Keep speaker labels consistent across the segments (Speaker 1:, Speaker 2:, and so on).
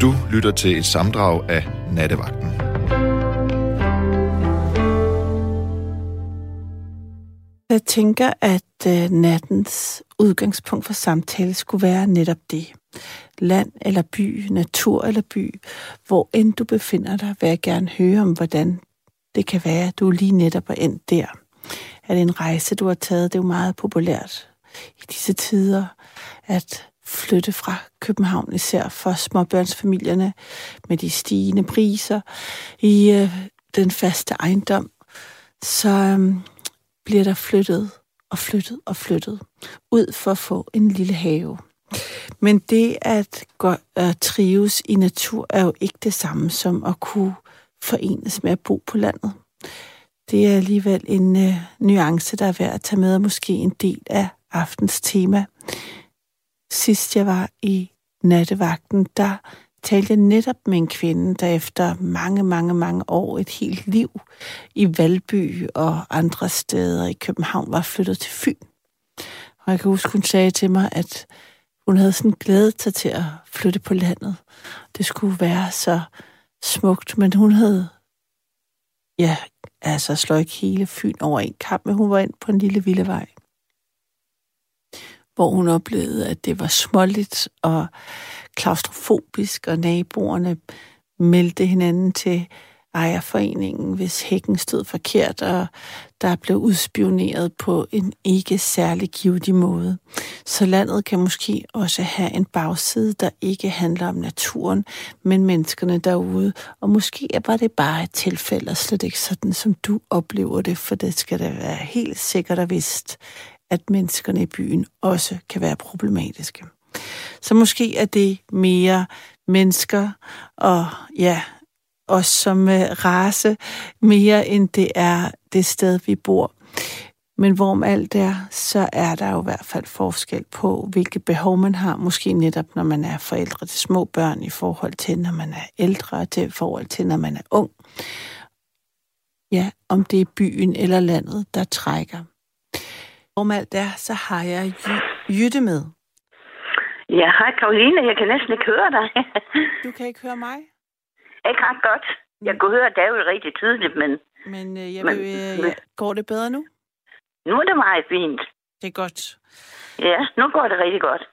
Speaker 1: Du lytter til et sammendrag af Nattevagten.
Speaker 2: Jeg tænker, at nattens udgangspunkt for samtale skulle være netop det. Land eller by, natur eller by, hvor end du befinder dig, vil jeg gerne høre om, hvordan det kan være, at du lige netop er endt der. Er det en rejse, du har taget? Det er jo meget populært i disse tider at flytte fra København, især for småbørnsfamilierne med de stigende priser i den faste ejendom. Så bliver der flyttet ud for at få en lille have. Men det at trives i natur er jo ikke det samme som at kunne forenes med at bo på landet. Det er alligevel en nuance, der er værd at tage med, og måske en del af aftens tema. Sidst jeg var i Nattevagten, der talte jeg netop med en kvinde, der efter mange år, et helt liv i Valby og andre steder i København, var flyttet til Fyn. Og jeg kan huske, hun sagde til mig, at hun havde sådan glædet sig til at flytte på landet. Det skulle være så smukt, men hun havde, slår ikke hele Fyn over en kamp, men hun var ind på en lille vildevej, hvor hun oplevede, at det var småligt og klaustrofobisk, og naboerne meldte hinanden til ejerforeningen, hvis hækken stod forkert, og der blev udspioneret på en ikke særlig givtig måde. Så landet kan måske også have en bagside, der ikke handler om naturen, men menneskerne derude. Og måske var det bare et tilfælde, og slet ikke sådan, som du oplever det, for det skal da være helt sikkert og vist, at menneskerne i byen også kan være problematiske. Så måske er det mere mennesker og os som race, mere end det er det sted, vi bor. Men hvorom alt er, så er der jo i hvert fald forskel på, hvilke behov man har. Måske netop, når man er forældre til små børn, i forhold til, når man er ældre, til i forhold til, når man er ung. Ja, om det er byen eller landet, der trækker. Hvorom alt er, så har jeg Jytte med.
Speaker 3: Ja, hej Karoline, jeg kan næsten ikke høre dig.
Speaker 2: Du kan ikke høre mig?
Speaker 3: Ikke ret godt. Jeg kunne høre David rigtig tydeligt, men...
Speaker 2: går det bedre nu?
Speaker 3: Nu er det meget fint.
Speaker 2: Det er godt.
Speaker 3: Ja, nu går det rigtig godt.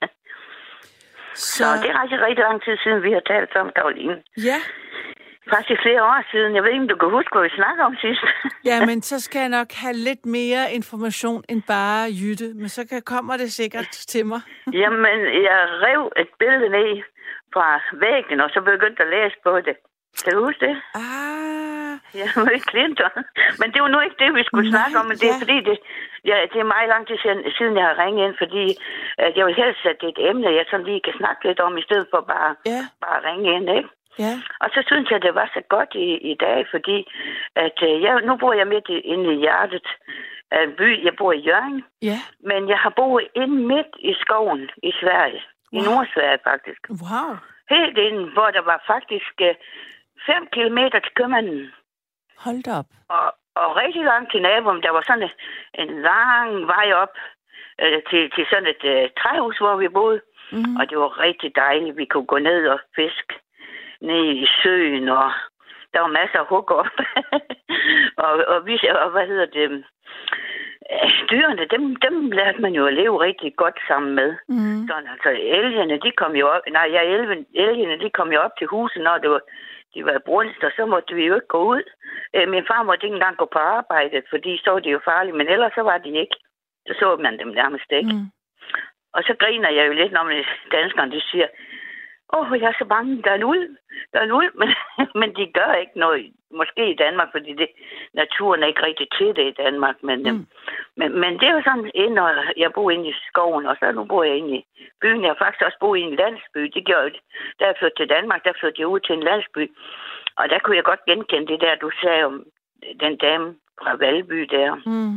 Speaker 3: Så det er rigtig lang tid siden, vi har talt om, Karoline.
Speaker 2: Ja.
Speaker 3: Faktisk flere år siden. Jeg ved ikke, om du kan huske, hvad vi snakkede om sidst.
Speaker 2: Ja, men så skal jeg nok have lidt mere information end bare Jytte. Men så kommer det sikkert til mig.
Speaker 3: Jamen, jeg rev et billede ned fra væggen, og så begyndte at læse på det. Kan du huske det? Ja, med Clinton. Men det var nu ikke det, vi skulle snakke om, men det er fordi, det er meget lang tid siden, jeg har ringet ind, fordi jeg vil helst, at det er et emne, jeg sådan lige kan snakke lidt om, i stedet for bare at ringe ind, ikke?
Speaker 2: Ja.
Speaker 3: Og så synes jeg, det var så godt i dag, fordi at nu bor jeg midt inde i hjertet af en by. Jeg bor i Hjørring, men jeg har boet inde midt i skoven i Sverige. Wow. I Nordsverige faktisk.
Speaker 2: Wow.
Speaker 3: Helt inde, hvor der var faktisk 5 kilometer til købmanden.
Speaker 2: Hold da op.
Speaker 3: Og rigtig langt til naboen. Der var sådan en lang vej op til sådan et træhus, hvor vi boede. Mm-hmm. Og det var rigtig dejligt. Vi kunne gå ned og fiske ned i søen, og der var masser af hug op. og hvad hedder det? Dyrene, dem lærte man jo at leve rigtig godt sammen med. Mm. Sådan, altså elgene, de kom jo op. Elgene, de kom jo op til huset, når de var brunst, og så måtte vi jo ikke gå ud. Min far måtte ikke engang gå på arbejde, fordi så var det jo farligt, men ellers så var de ikke. Så man dem nærmest ikke. Mm. Og så griner jeg jo lidt, når danskerne de siger, jeg er så bange, der er en ulv, men de gør ikke noget. Måske i Danmark, fordi naturen er ikke rigtig til det i Danmark. Men det er jo sådan, når jeg bor inde i skoven, og så nu bor jeg inde i byen. Jeg har faktisk også boet i en landsby. Det gjorde jeg, da jeg flyttede til Danmark, der flyttede jeg ud til en landsby. Og der kunne jeg godt genkende det der, du sagde om den dame fra Valby der,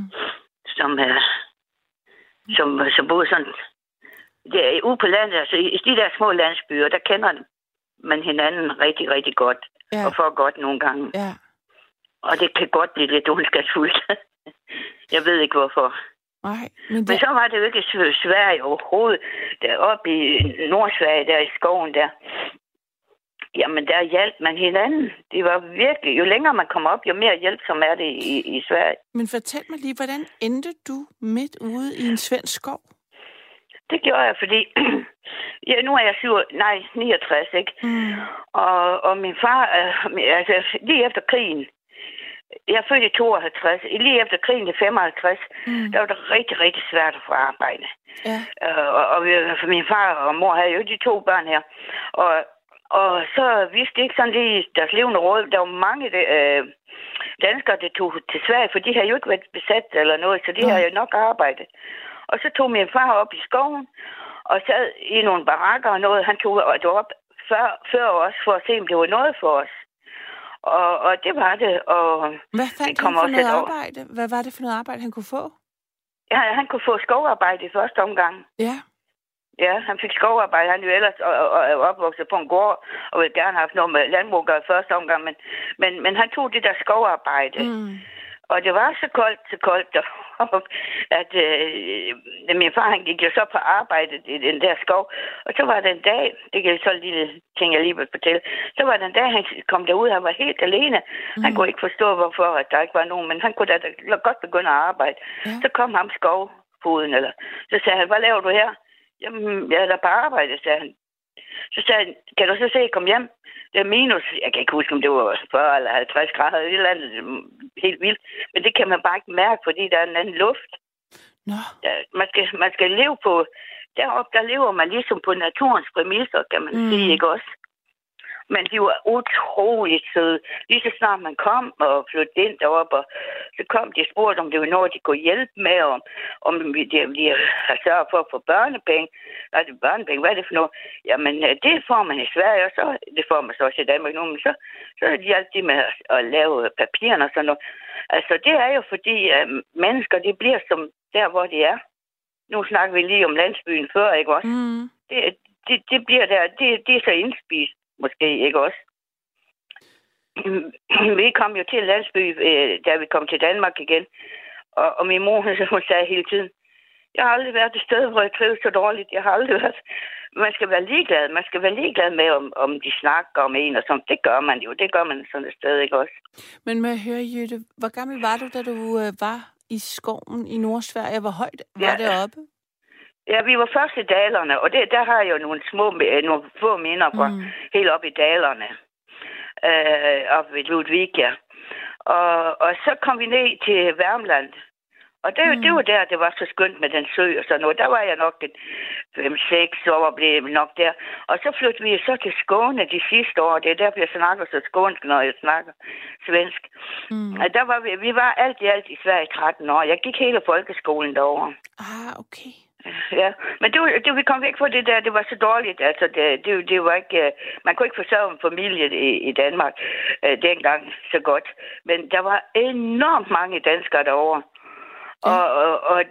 Speaker 3: som boede sådan. Det er ude på landet, altså i de der små landsbyer, der kender man hinanden rigtig, rigtig godt. Ja. Og for godt nogle gange. Ja. Og det kan godt blive lidt ondskabsfuldt. Jeg ved ikke hvorfor.
Speaker 2: Nej,
Speaker 3: men så var det jo ikke Sverige overhovedet. Deroppe i Nordsverige, der i skoven der, Jamen, der hjalp man hinanden. Det var virkelig... Jo længere man kommer op, jo mere hjælpsom er det i Sverige.
Speaker 2: Men fortæl mig lige, hvordan endte du midt ude i en svensk skov?
Speaker 3: Det gjorde jeg, fordi... ja, nu er jeg 69, ikke? Mm. Og min far... altså, lige efter krigen... Jeg er født i 52. Lige efter krigen i 55, der var det rigtig, rigtig svært at få arbejde. Ja. For min far og mor havde jo de 2 børn her. Og så vidste de ikke sådan lige deres levende råd. Der var mange danskere, der tog til Sverige, for de havde jo ikke været besat eller noget, så de havde jo nok arbejde. Og så tog min far op i skoven og sad i nogle barakker og noget. Han tog op før os for at se, om det var noget for os. Og det var det. Og
Speaker 2: hvad fandt han for noget arbejde? Hvad var det for noget arbejde, han kunne få?
Speaker 3: Ja, han kunne få skovarbejde i første omgang.
Speaker 2: Ja.
Speaker 3: Ja, han fik skovarbejde. Han er jo ellers opvokset på en gård, og ville gerne have haft noget med landbrug i første omgang. Men han tog det der skovarbejde. Mm. Og det var så koldt, at min far han gik jo så på arbejde i den der skov. Og så var der en dag, det kan så lille ting, jeg lige vil fortælle, så var der en dag, han kom derud, han var helt alene. Han kunne ikke forstå, hvorfor at der ikke var nogen, men han kunne da godt begynde at arbejde. Ja. Så kom ham skovfoden, så sagde han, hvad laver du her? Jamen, jeg er der på arbejde, sagde han. Så sagde han, kan du så se, kom hjem? Det er minus, jeg kan ikke huske, om det var 40 eller 50 grader, et eller andet helt vildt. Men det kan man bare ikke mærke, fordi der er en anden luft.
Speaker 2: No.
Speaker 3: Man skal leve på, deroppe, der lever man ligesom på naturens præmisser, kan man sige, ikke også? Men de var utroligt søde. Lige så snart man kom og flyttede ind deroppe, og så kom de og spurgte, om det var noget, de kunne hjælpe med, om de har sørget for at få børnepenge. Nej, det børnepenge, hvad er det for noget? Jamen, det får man i Sverige, og så, det får man så også i Danmark nu, men så hjalp de med at lave papirerne og sådan noget. Altså, det er jo fordi, at mennesker, de bliver som der, hvor de er. Nu snakker vi lige om landsbyen før, ikke også? Mm. Det bliver der, det er så indspist. Måske ikke også. Vi kom jo til landsby, da vi kom til Danmark igen. Og min mor, hun sagde hele tiden, jeg har aldrig været et sted, hvor jeg trives så dårligt. Jeg har aldrig været... Man skal være ligeglad. Man skal være ligeglad med, om de snakker om en og sådan. Det gør man jo. Det gør man sådan et sted, ikke også?
Speaker 2: Men må jeg høre, Jytte, hvor gammel var du, da du var i skoven i Nordsverige? Hvor højt var det oppe?
Speaker 3: Ja, vi var først i dalerne, og der har jeg jo nogle få minder fra helt op i dalerne, op ved Ludvika. Og så kom vi ned til Värmland, og det var der, det var så skønt med den sø og sådan noget. Der var jeg nok 5-6 år, blev nok der. Og så flyttede vi så til Skåne de sidste år. Det er derfor, jeg snakker så skånsk, når jeg snakker svensk. Og der var vi var alt i Sverige 13 år. Jeg gik hele folkeskolen derovre.
Speaker 2: Ah, okay.
Speaker 3: Ja, men vi kom væk fra det der, det var så dårligt, altså det var ikke, man kunne ikke forsørge en familie i Danmark dengang så godt, men der var enormt mange danskere derovre, og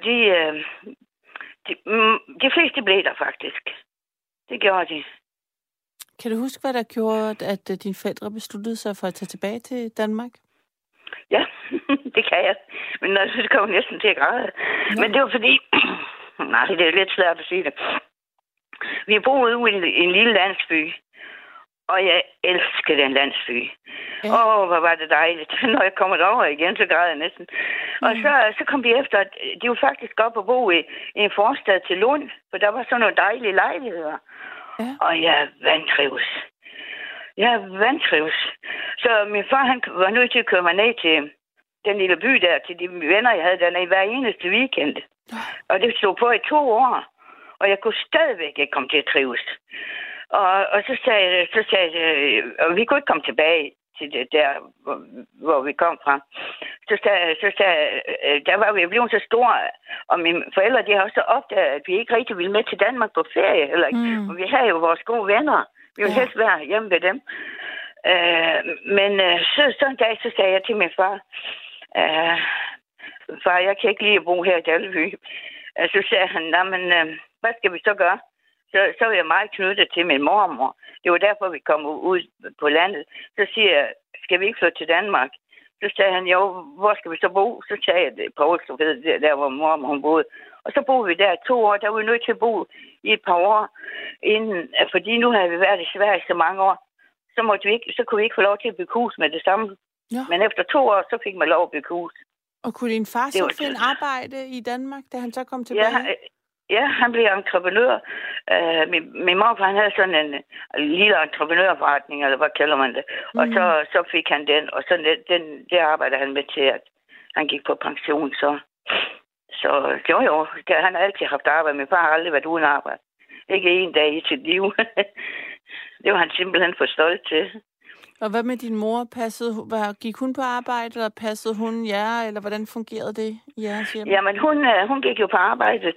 Speaker 3: de fleste blev der faktisk, det gjorde de.
Speaker 2: Kan du huske, hvad der gjorde, at dine forældre besluttede sig for at tage tilbage til Danmark?
Speaker 3: Ja, det kan jeg, men det kom næsten til at græde, men det var fordi... Nej, det er lidt svært at sige det. Vi boede ude i en lille landsby, og jeg elsker den landsby. Hvor var det dejligt. Når jeg kommer derover igen, så græder jeg næsten. Og så kom vi efter, at de var faktisk op og bo i en forstad til Lund, for der var sådan nogle dejlige lejligheder. Ja. Og jeg vantrives. Så min far, han var nødt til at køre mig ned til den lille by der, til de venner, jeg havde dernede hver eneste weekend. Og det stod på i 2 år, og jeg kunne stadigvæk ikke komme til at trives. Og så sagde jeg, og vi kunne ikke komme tilbage til det der, hvor vi kom fra. Så sagde der var vi blevet så store, og mine forældre, de har også opdaget, at vi ikke rigtig ville med til Danmark på ferie. Eller, og vi havde jo vores gode venner. Vi ville helst være hjemme ved dem. Men så en dag, så sagde jeg til min far, far, jeg kan ikke lide at bo her i Dalby. Så sagde han, hvad skal vi så gøre? Så var jeg meget knyttet til min mormor. Det var derfor, vi kom ud på landet. Så siger jeg, skal vi ikke flytte til Danmark? Så sagde han, jo, hvor skal vi så bo? Så sagde jeg, på Olsted, der hvor mormor hun boede. Og så boede vi der 2 år. Der var vi nødt til at bo i et par år inden, fordi nu havde vi været i Sverige så mange år. så kunne vi ikke få lov til at bygge hus med det samme. Ja. Men efter 2 år, så fik man lov at bygge hus.
Speaker 2: Og kunne din far så finde arbejde i Danmark, da han så kom tilbage?
Speaker 3: Ja, han blev entreprenør. Min morfar, han havde sådan en lille entreprenørforretning, eller hvad kalder man det. Og så fik han den, og så det arbejder han med til, at han gik på pension. Så jo, han har altid haft arbejde. Min far har aldrig været uden arbejde. Ikke en dag i sit liv. Det var han simpelthen for stolt til.
Speaker 2: Og hvad med din mor? Gik hun på arbejde, eller passede hun jer, eller hvordan fungerede det i jeres hjem?
Speaker 3: Jamen, hun gik jo på arbejdet.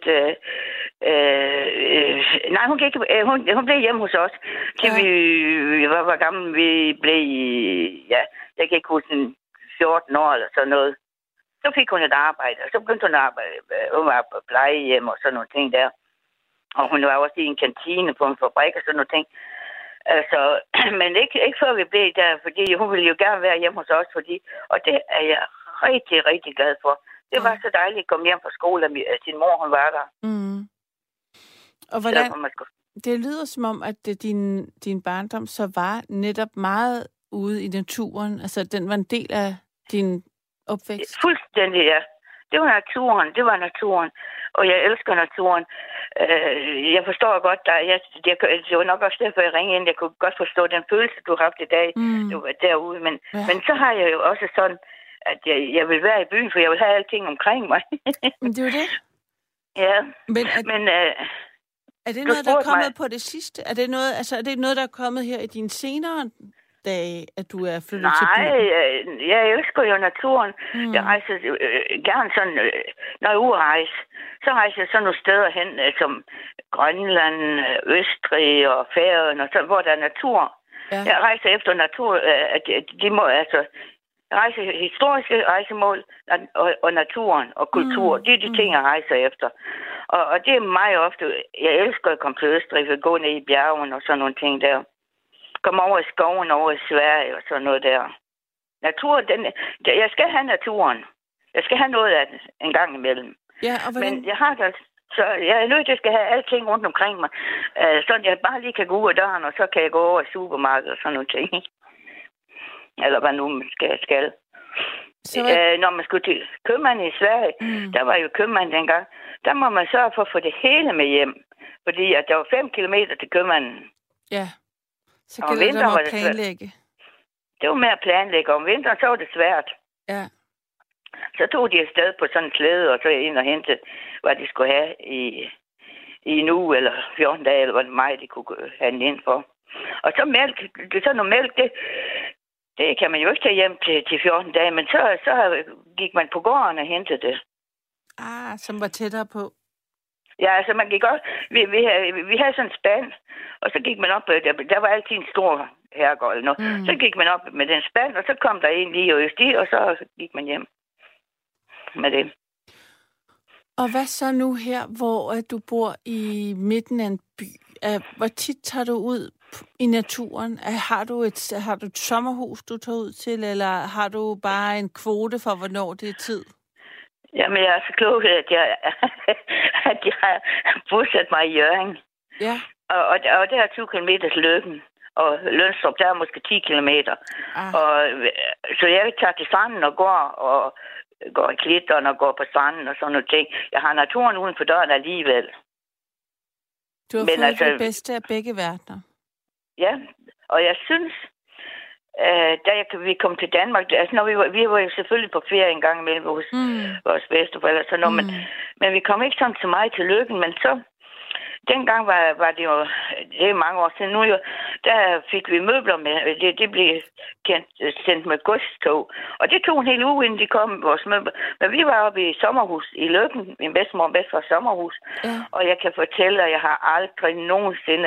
Speaker 3: Nej, hun blev hjemme hos os, til vi var gamle. Vi blev, jeg kan ikke huske, 14 år eller sådan noget. Så fik hun et arbejde, og så begyndte hun at arbejde. Hun var på plejehjem og sådan nogle ting der. Og hun var også i en kantine på en fabrik og sådan nogle ting. Altså, men ikke før vi blev der, fordi hun ville jo gerne være hjemme hos os, og det er jeg rigtig, rigtig glad for. Det var så dejligt at komme hjem fra skole, at sin mor, hun var der.
Speaker 2: Mm. Og hvordan, det lyder som om, at din barndom så var netop meget ude i naturen. Altså, den var en del af din opvækst.
Speaker 3: Fuldstændig, ja. Det var naturen, og jeg elsker naturen. Jeg forstår godt, det var nok også derfor, jeg ringede ind. Jeg kunne godt forstå den følelse, du har haft i dag, du var derude. Men så har jeg jo også sådan, at jeg vil være i byen, for jeg vil have alting omkring mig.
Speaker 2: Men det er jo det.
Speaker 3: Ja,
Speaker 2: men er det noget, der er kommet på det sidste? Er det noget, der er kommet her i dine senere dage, at du er flyttet til byen?
Speaker 3: Nej, jeg elsker jo naturen. Jeg rejser gerne sådan, når jeg udrejser, så rejser jeg sådan nogle steder hen, som Grønland, Østrig og Færøerne, hvor der er natur. Ja. Jeg rejser efter natur, jeg rejser historiske rejsemål og naturen og kultur. Det er de ting, jeg rejser efter. Og det er meget ofte, jeg elsker at komme til Østrig, gå ned i bjergen og sådan nogle ting der. Komme over i skoven, over i Sverige og sådan noget der. Natur, jeg skal have naturen. Jeg skal have noget af den en gang imellem.
Speaker 2: Ja, og
Speaker 3: men jeg har det, så jeg er nødt til at skal have alting rundt omkring mig. Sådan jeg bare lige kan gå ud af døren, og så kan jeg gå over i supermarkedet og sådan nogle ting. Eller hvad nu man skal. Når man skulle til købmanden i Sverige, der var jo købmanden dengang, der må man sørge for at få det hele med hjem. Fordi at der var 5 kilometer til købmanden.
Speaker 2: Ja. Så gælder det om at planlægge.
Speaker 3: Det var med at planlægge. Om vinteren, så var det svært.
Speaker 2: Ja.
Speaker 3: Så tog de afsted på sådan en slæde, og så ind og hente, hvad de skulle have i en uge, eller 14 dage, eller hvad meget de kunne handle ind for. Og så mælk, sådan noget mælk, det kan man jo ikke tage hjem til 14 dage, men så gik man på gården og hentede det.
Speaker 2: Som var tættere på.
Speaker 3: Ja, altså man gik også, vi havde sådan en spand, og så gik man op, der var altid en stor herregård eller noget. Så gik man op med den spand, og så kom der en lige øst i, og så gik man hjem med det.
Speaker 2: Og hvad så nu her, hvor du bor i midten af en by? Hvor tit tager du ud i naturen? Har du et sommerhus, du tager ud til, eller har du bare en kvote for, hvornår det er tid?
Speaker 3: Jamen, jeg er så klog, at jeg har bosat mig i Hjørring. Ja. Og der er 20 kilometer til Løkken. Og Lønstrup, der er måske 10 kilometer. Så jeg tager til stranden og går i klitterne og går på stranden og sådan noget ting. Jeg har naturen uden for døren alligevel.
Speaker 2: Du har fået det bedste af begge verdener.
Speaker 3: Ja, og jeg synes, da vi kom til Danmark, altså når vi var jo selvfølgelig på ferie en gang imellem hos vores bedsteforældre, så men vi kom ikke sådan så meget til Løkken, men så dengang var det jo, det er mange år siden nu jo, der fik vi møbler med, det blev sendt med godstog, og det tog en hel uge, inden de kom med vores møbler. Men vi var oppe i sommerhus i Løkken, min bedstemor og bedstefars sommerhus, og jeg kan fortælle, at jeg har aldrig nogensinde,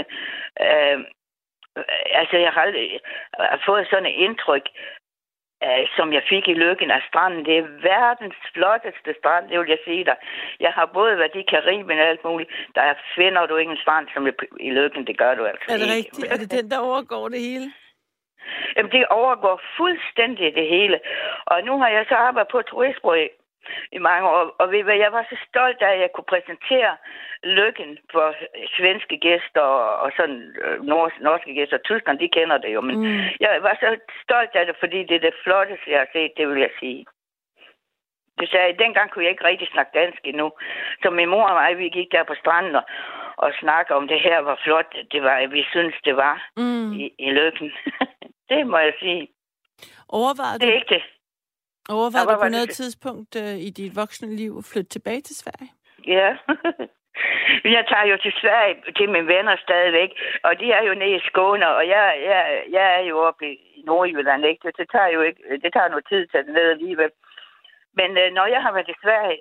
Speaker 3: jeg har aldrig fået sådan et indtryk, som jeg fik i Løkken af stranden. Det er verdens flotteste strand, det vil jeg sige dig. Jeg har både været i Karibien og alt muligt. Der finder du ikke en strand som i Løkken, det gør du altså ikke.
Speaker 2: Er det rigtigt? Er det den, der overgår det hele?
Speaker 3: Jamen, det overgår fuldstændig det hele. Og nu har jeg så arbejdet på turistbureau i mange år. Og ved I hvad, jeg var så stolt af, at jeg kunne præsentere lykken for svenske gæster og sådan norske gæster. Tyskerne, de kender det jo, men jeg var så stolt af det, fordi det er det flotteste, jeg har set, det vil jeg sige. Det sagde, dengang kunne jeg ikke rigtig snakke dansk endnu. Så min mor og mig, vi gik der på stranden og snakkede om det her, hvor flot det var, vi synes det var i lykken. Det må jeg sige.
Speaker 2: Overvejede
Speaker 3: det er ikke det.
Speaker 2: Overvejede du på noget tidspunkt i dit voksne liv at flytte tilbage til Sverige?
Speaker 3: Ja. Jeg tager jo til Sverige til mine venner stadigvæk, og de er jo nede i Skåne, og jeg er jo oppe i Nordjylland, ikke? Det tager noget tid til det ned alligevel. Men når jeg har været i Sverige,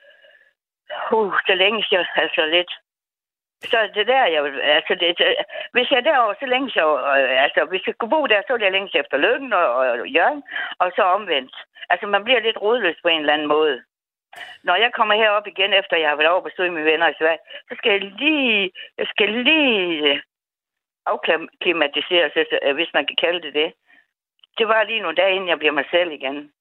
Speaker 3: så længe jeg altså lidt. Så det der, hvis jeg er derovre, så længe jeg, hvis jeg kunne bo der, så er det længe efter Løkken og Jørgen, og så omvendt. Altså, man bliver lidt rodløs på en eller anden måde. Når jeg kommer herop igen, efter jeg har været over og besøgt mine venner i Sverige, så skal jeg skal lige afklimatiseres, hvis man kan kalde det det. Det var lige nogle dage, inden jeg bliver mig selv igen.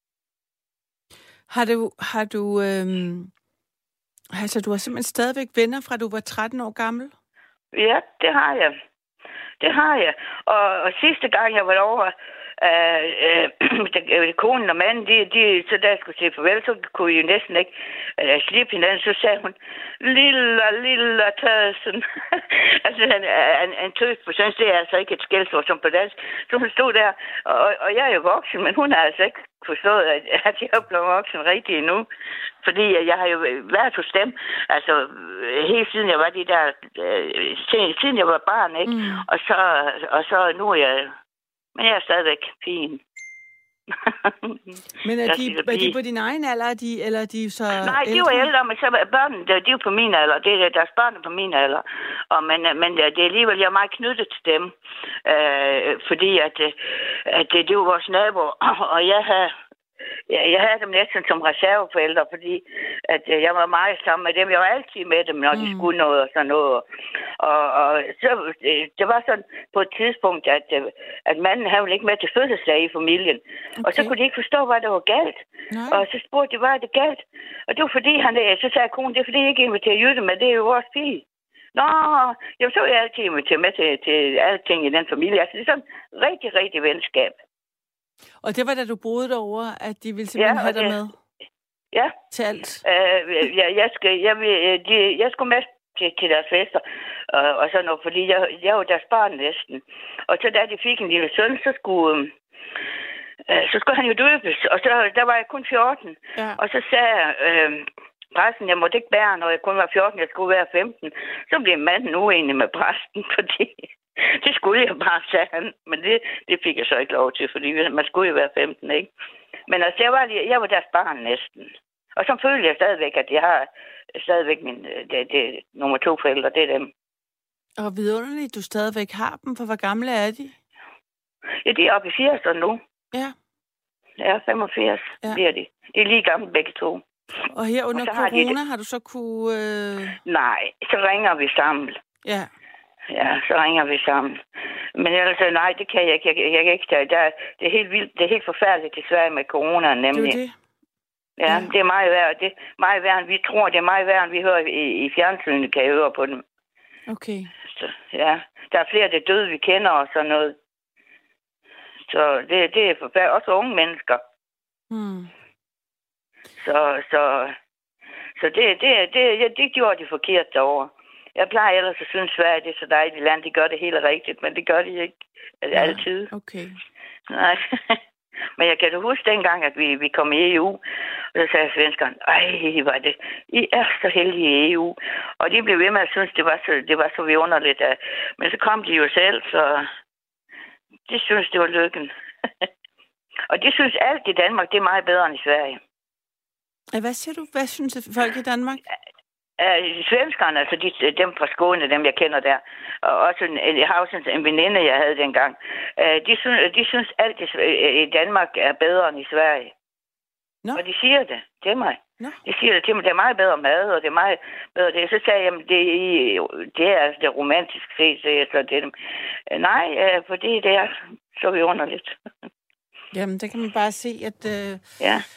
Speaker 2: Du har simpelthen stadigvæk venner fra du var 13 år gammel?
Speaker 3: Ja, det har jeg. Det har jeg. Og sidste gang, jeg var over, konen og manden, så da jeg skulle sige farvel, så kunne I jo næsten ikke slippe hinanden. Så sagde hun, lille tøsen. Altså, en tøs på svensk, det er altså ikke et skældsord som på dansk. Så hun stod der, og jeg er jo voksen, men hun har altså ikke forstået, at jeg er blevet voksen rigtig endnu. Fordi jeg har jo været hos dem, altså hele siden jeg var de der, siden jeg var barn, ikke? Og så nu er jeg, men jeg er stadigvæk pigen.
Speaker 2: Men er de på din egen alder, eller er de så
Speaker 3: nej, de var ældre, men så børnene, de er jo på min alder. Det er deres børn på min alder. Men det er alligevel, jeg er meget knyttet til dem. Fordi at det var vores naboer, og jeg havde dem næsten som reserveforældre, fordi at jeg var meget sammen med dem. Jeg var altid med dem, når de skulle noget og sådan noget. Og så det var sådan på et tidspunkt, at manden havde ikke med til fødselsdag i familien. Okay. Og så kunne de ikke forstå, hvad der var galt. Nej. Og så spurgte de, hvad er det galt? Og det var fordi, så sagde konen, det er fordi, jeg ikke inviterer Jytte med, det er jo vores pige. Nå, jamen, så er jeg altid inviteret med til alting i den familie. Altså, det er sådan rigtig, rigtig venskab.
Speaker 2: Og det var da du boede derovre, at de ville simpelthen have dig med?
Speaker 3: Ja.
Speaker 2: Til alt?
Speaker 3: Jeg skulle med til deres fester, og sådan noget, fordi jeg var deres barn næsten. Og så da de fik en lille søn, så skulle han jo døbes, og så der var jeg kun 14. Ja. Og så sagde præsten, jeg måtte ikke bære, når jeg kun var 14, jeg skulle være 15. Så blev manden uenig med præsten, fordi det skulle jeg bare, sagde han. Men det fik jeg så ikke lov til, fordi man skulle jo være 15, ikke? Men altså, jeg var deres barn næsten. Og så følte jeg stadigvæk, at jeg har stadigvæk det nummer 2 forældre, det er dem.
Speaker 2: Og vidunderligt, du stadigvæk har dem, for hvor gamle er de?
Speaker 3: Ja, de er oppe i 80'erne nu.
Speaker 2: Ja.
Speaker 3: Ja, 85 bliver de. De er lige gamle begge to.
Speaker 2: Og her under corona har du så kunne...
Speaker 3: Nej, så ringer vi sammen.
Speaker 2: Ja.
Speaker 3: Ja, så ringer vi sammen. Men altså, nej, det kan jeg ikke. Jeg kan ikke tage. Det er helt vildt. Det er helt forfærdeligt i Sverige med corona, nemlig.
Speaker 2: Det er det.
Speaker 3: Ja, det er meget værd. Det er meget værd, end vi tror. Det er meget værd, end vi hører i fjernsynet, kan jeg høre på dem. Okay. Så, ja, der er flere, der døde, vi kender og sådan noget. Så det er forfærdeligt. Også unge mennesker. Så det gjorde de forkert derovre. Jeg plejer ellers at synes, Sverige det er så dejligt land. De gør det helt rigtigt, men det gør de ikke altid.
Speaker 2: Okay.
Speaker 3: Nej. Men jeg kan da huske dengang, at vi kom i EU, og så sagde svenskerne, var det, I er så heldige i EU. Og de blev ved med at synes, det var så vidunderligt. Men så kom de jo selv, så de synes, det var lykken. Og de synes alt i Danmark, det er meget bedre end i Sverige.
Speaker 2: Hvad siger du? Hvad synes folk i Danmark?
Speaker 3: Svenskerne, altså dem fra Skåne, dem jeg kender der, og også en veninde, jeg havde dengang, de synes alt i Danmark er bedre end i Sverige. No. Og de siger det til mig. No. De siger det til mig, det er meget bedre mad, og det er meget bedre det. Så sagde jeg, det er altså det romantisk set, så det nej, fordi det er så vidunderligt.
Speaker 2: Jamen, der kan man bare se,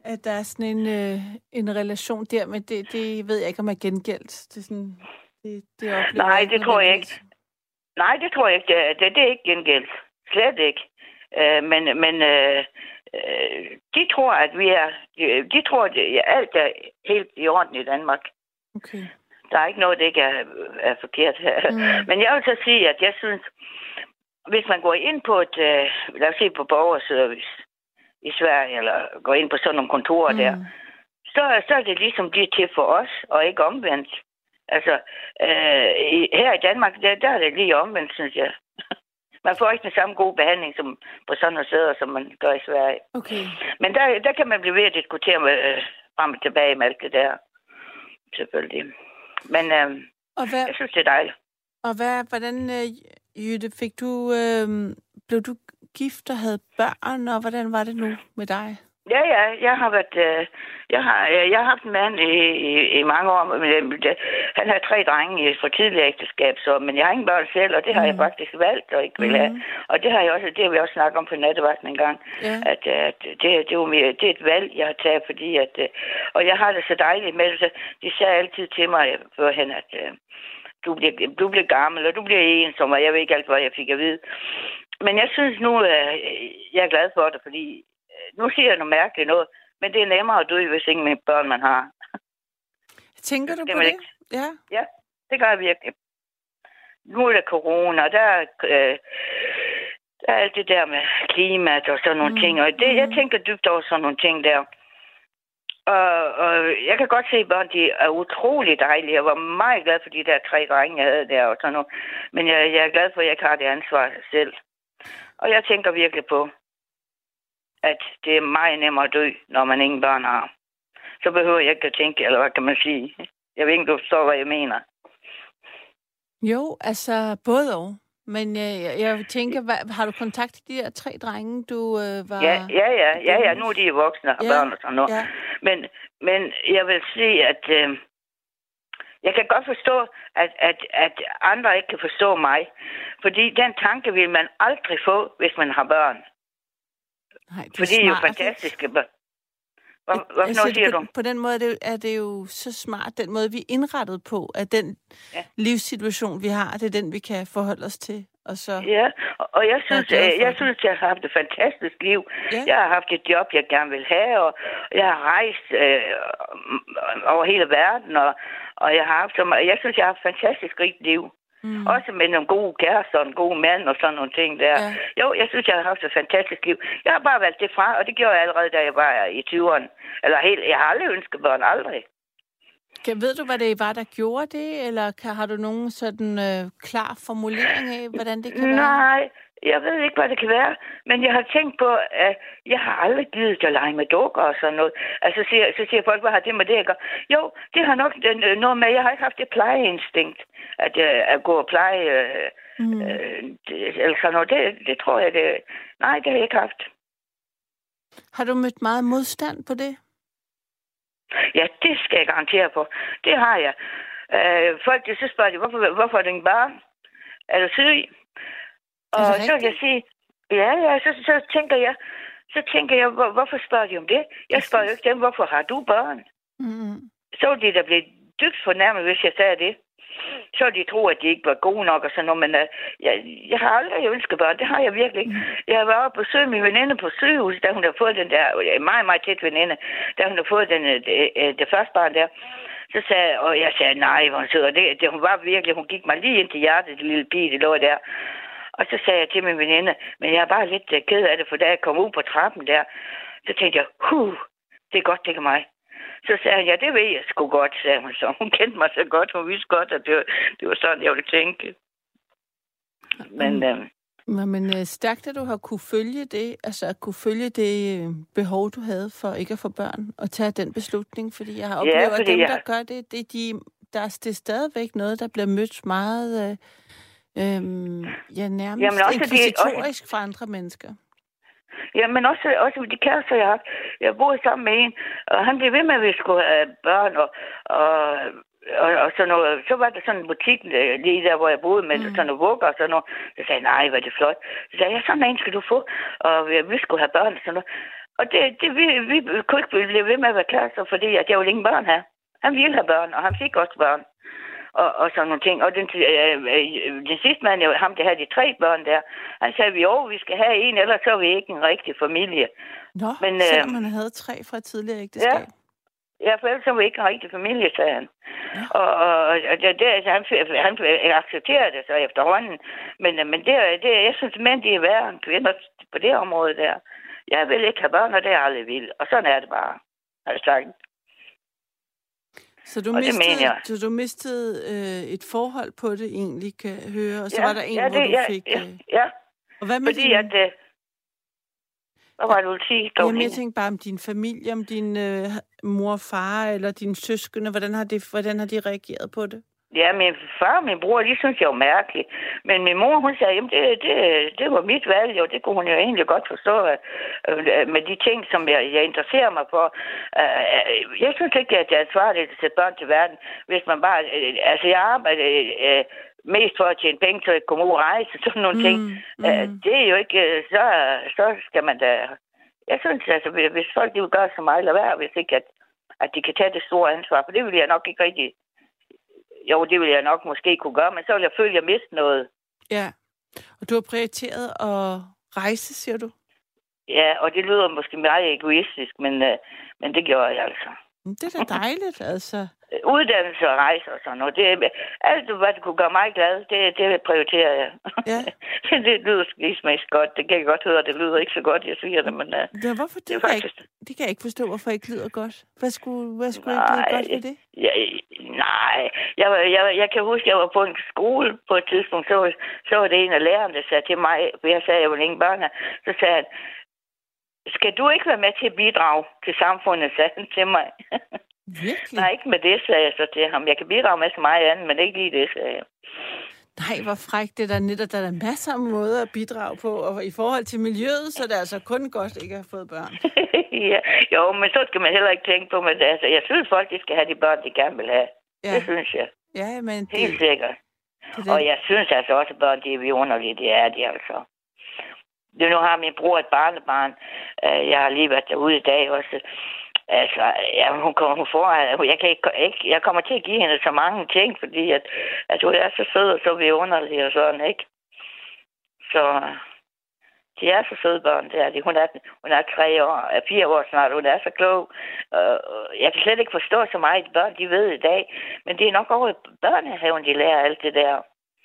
Speaker 2: at der er sådan en relation der, men det ved jeg ikke, om er gengældt. Det er sådan, det oplever
Speaker 3: Nej, det tror jeg ikke. Nej, det tror jeg ikke. Det er ikke gengældt. Slet ikke. Men de tror, at vi er... De tror, at alt er helt i orden i Danmark.
Speaker 2: Okay.
Speaker 3: Der er ikke noget, der ikke er forkert her. Men jeg vil så sige, at jeg synes, hvis man går ind på et... lad os se på borgerservice i Sverige, eller går ind på sådan nogle kontorer der, så er det ligesom de er til for os, og ikke omvendt. Altså, her i Danmark, der er det lige omvendt, synes jeg. Man får ikke den samme gode behandling som på sådan nogle steder, som man gør i Sverige.
Speaker 2: Okay.
Speaker 3: Men der kan man blive ved at diskutere med, frem og tilbage med alt det der. Selvfølgelig. Men jeg synes, det er dejligt.
Speaker 2: Og hvordan, Jytte, blev du gift og havde børn, og hvordan var det nu med dig?
Speaker 3: Ja, jeg har været... Jeg har haft en mand i mange år. Han har 3 drenge fra tidligere ægteskab, men jeg har ingen børn selv, og det har jeg faktisk valgt og ikke vil have. Og det har vi også snakket om på nattevagten en gang, at det er et valg, jeg har taget, fordi at... Og jeg har det så dejligt med det. De sagde altid til mig førhen, at du bliver gammel, og du bliver ensom, og jeg ved ikke alt, hvad jeg fik at vide. Men jeg synes nu, jeg er glad for det, fordi nu siger jeg noget mærkeligt noget, men det er nemmere at dø, hvis ingen børn man har.
Speaker 2: Tænker du på det?
Speaker 3: Ja, det gør jeg virkelig. Nu er der corona, og der er alt det der med klimaet og sådan nogle ting, og jeg tænker dybt over sådan nogle ting der. Og jeg kan godt se, at børn, de er utrolig dejlige. Jeg var meget glad for de der 3 drenge, jeg havde der og sådan noget. Men jeg er glad for, at jeg ikke har det ansvar selv. Og jeg tænker virkelig på, at det er meget nemmere at dø, når man ingen børn har. Så behøver jeg ikke at tænke, eller hvad kan man sige? Jeg ved ikke, du forstår, hvad jeg mener.
Speaker 2: Jo, altså både og. Men jeg tænker, har du kontakt til de der 3 drenge, du var...
Speaker 3: Ja, nu er de voksne og børn og sådan noget. Ja. Men jeg vil sige, at jeg kan godt forstå, at andre ikke kan forstå mig. Fordi den tanke vil man aldrig få, hvis man har børn.
Speaker 2: Nej,
Speaker 3: for det er jo fantastiske børn. Hvad siger du?
Speaker 2: På den måde er det jo så smart, den måde, vi er indrettet på, at den livssituation, vi har, det er den, vi kan forholde os til. Og så
Speaker 3: og jeg synes, jeg har haft et fantastisk liv. Ja. Jeg har haft et job, jeg gerne vil have, og jeg har rejst over hele verden, og jeg har haft jeg synes, jeg har haft et fantastisk rigt liv. Også med nogle gode kærester og en god mand og sådan nogle ting der. Ja. Jo, jeg synes, jeg har haft et fantastisk liv. Jeg har bare valgt det fra, og det gjorde jeg allerede, da jeg var i 20'erne. Jeg har aldrig ønsket børn, aldrig.
Speaker 2: Ved du, hvad det var, der gjorde det? Eller har du nogen sådan klar formulering af, hvordan det kan være?
Speaker 3: Nej, jeg ved ikke, hvad det kan være. Men jeg har tænkt på, at jeg har aldrig givet at lege med dukker og sådan noget. Altså, så siger folk, hvad har det med det at gøre? Jo, det har nok noget med, jeg har ikke haft det plejeinstinkt. At gå og pleje eller sådan noget. Det tror jeg, det... Nej, det har jeg ikke haft.
Speaker 2: Har du mødt meget modstand på det?
Speaker 3: Ja, det skal jeg garantere på. Det har jeg. Folk, så spørger de, hvorfor er det en barn? Er du syg? Og så vil jeg sige, så tænker jeg, hvorfor spørger de om det? Jeg spørger jo ikke dem, hvorfor har du børn? Så ville de da blive dybt fornærmet, hvis jeg sagde det. Så ville de tro, at de ikke var gode nok og sådan noget, men jeg har aldrig ønsket børn, det har jeg virkelig ikke. Jeg har været oppe og besøgt min veninde på sygehuset, da hun har fået den der, meget, meget tæt veninde, da hun har fået det første barn der. Så sagde og jeg sagde, nej, hvor hun sidder. Det, hun var virkelig, hun gik mig lige ind til hjertet, det lille pige, det lå der. Og så sagde jeg til min veninde, men jeg er bare lidt ked af det, for da jeg kom ud på trappen der, så tænkte jeg, det er godt, det er mig. Så sagde han, ja, det ved jeg sgu godt, sagde hun så. Hun kendte mig så godt, hun vidste godt, at det var sådan, jeg ville tænke.
Speaker 2: Men stærkt, at du har kunne følge det, altså at kunne følge det behov, du havde for ikke at få børn, og tage den beslutning, fordi jeg har oplevet, at dem, der gør det, det er stadigvæk noget, der bliver mødt meget, nærmest inkvisitorisk fra andre mennesker.
Speaker 3: Ja, men også de kærester, jeg har. Jeg boede sammen med en, og han blev ved med, at vi skulle have børn, og sådan noget. Så var der sådan en butik lige der, hvor jeg boede med sådan nogle vugger og sådan noget. Så sagde jeg, nej, hvor er det flot. Så sagde jeg, sådan en skal du få, og vi skulle have børn og sådan noget. Og vi kunne ikke blive ved med at være kærester, fordi at jeg ville ingen børn have. Han ville have børn, og han fik også børn. Og sådan nogle ting. Og den sidste mand, ham der havde de 3 børn der, han sagde, vi skal have en, ellers så er vi ikke en rigtig familie.
Speaker 2: Nå, men, selvom man havde 3 fra tidligere ægteskab.
Speaker 3: Ja, for ellers så var vi ikke en rigtig familie, sagde han. Ja. Han accepterede det så efterhånden. Men jeg synes, mænd de er værre end kvinder på det område der. Jeg vil ikke have børn, og det er aldrig vil. Og sådan er det bare, har jeg sagt.
Speaker 2: Så du mistede et forhold på det egentlig, kan jeg høre, og så var der en, hvor du fik...
Speaker 3: Ja.
Speaker 2: Og hvad med
Speaker 3: fordi at... Hvad var det, du ville sige?
Speaker 2: Jamen, jeg tænkte bare om din familie, om din mor og far, eller dine søskende. Hvordan har de reageret på det?
Speaker 3: Ja, min far og min bror, de synes jeg var mærkeligt. Men min mor, hun sagde, jamen det var mit valg, og det kunne hun jo egentlig godt forstå med de ting, som jeg interesserer mig for. Jeg synes ikke, at det er ansvarligt at sætte børn til verden, hvis man bare... jeg arbejder mest for at tjene penge til at komme ud og rejse, sådan nogle ting. Det er jo ikke... Så skal man da... Jeg synes, altså, hvis folk de vil gøre så meget, lad være, hvis ikke, at de kan tage det store ansvar, for det vil jeg nok ikke rigtig... Jo, det vil jeg nok måske kunne gøre, men så vil jeg føle, at jeg mister noget.
Speaker 2: Ja, og du har prioriteret at rejse, siger du?
Speaker 3: Ja, og det lyder måske meget egoistisk, men det gjorde jeg altså.
Speaker 2: Det er da dejligt, altså.
Speaker 3: Uddannelse og rejse og sådan noget. Alt, hvad det kunne gøre mig glad, det prioriterer jeg. Ja. Det lyder mest godt. Det kan jeg godt høre, det lyder ikke så godt, jeg siger det, men...
Speaker 2: Ja, hvorfor det faktisk... Det kan jeg ikke forstå, hvorfor det ikke lyder godt. Hvad skulle ikke lyde godt ved det?
Speaker 3: Nej, jeg kan huske, jeg var på en skole på et tidspunkt, så var det en af lærerne, der sagde til mig, for jeg sagde, jeg var ingen børn, så sagde han, skal du ikke være med til at bidrage til samfundet, sagde han til mig.
Speaker 2: Virkelig?
Speaker 3: Nej, ikke med det, sagde jeg så til ham. Jeg kan bidrage med så meget andet, men ikke lige det, sagde jeg.
Speaker 2: Nej, hvor frækt. Det der netop, der er masser af måder at bidrage på, og i forhold til miljøet, så er det altså kun godt ikke at have fået børn.
Speaker 3: Ja, jo, men så skal man heller ikke tænke på, men altså, jeg synes folk, de skal have de børn, de gerne vil have. Ja. Det synes jeg.
Speaker 2: Ja, men
Speaker 3: helt sikkert. Det. Og jeg synes altså også, at børn, de er vidunderlige, det er de altså. Nu har min bror et barnebarn. Jeg har lige været derude i dag også. Altså, ja, hun får... Jeg kommer til at give hende så mange ting, fordi at hun er så sød og så vidunderlig og sådan, ikke? Så de er så søde børn, det er de. Hun er 3 år, 4 år snart, hun er så klog. Jeg kan slet ikke forstå så meget, børn de ved i dag, men det er nok over i børnehaven, de lærer alt det der.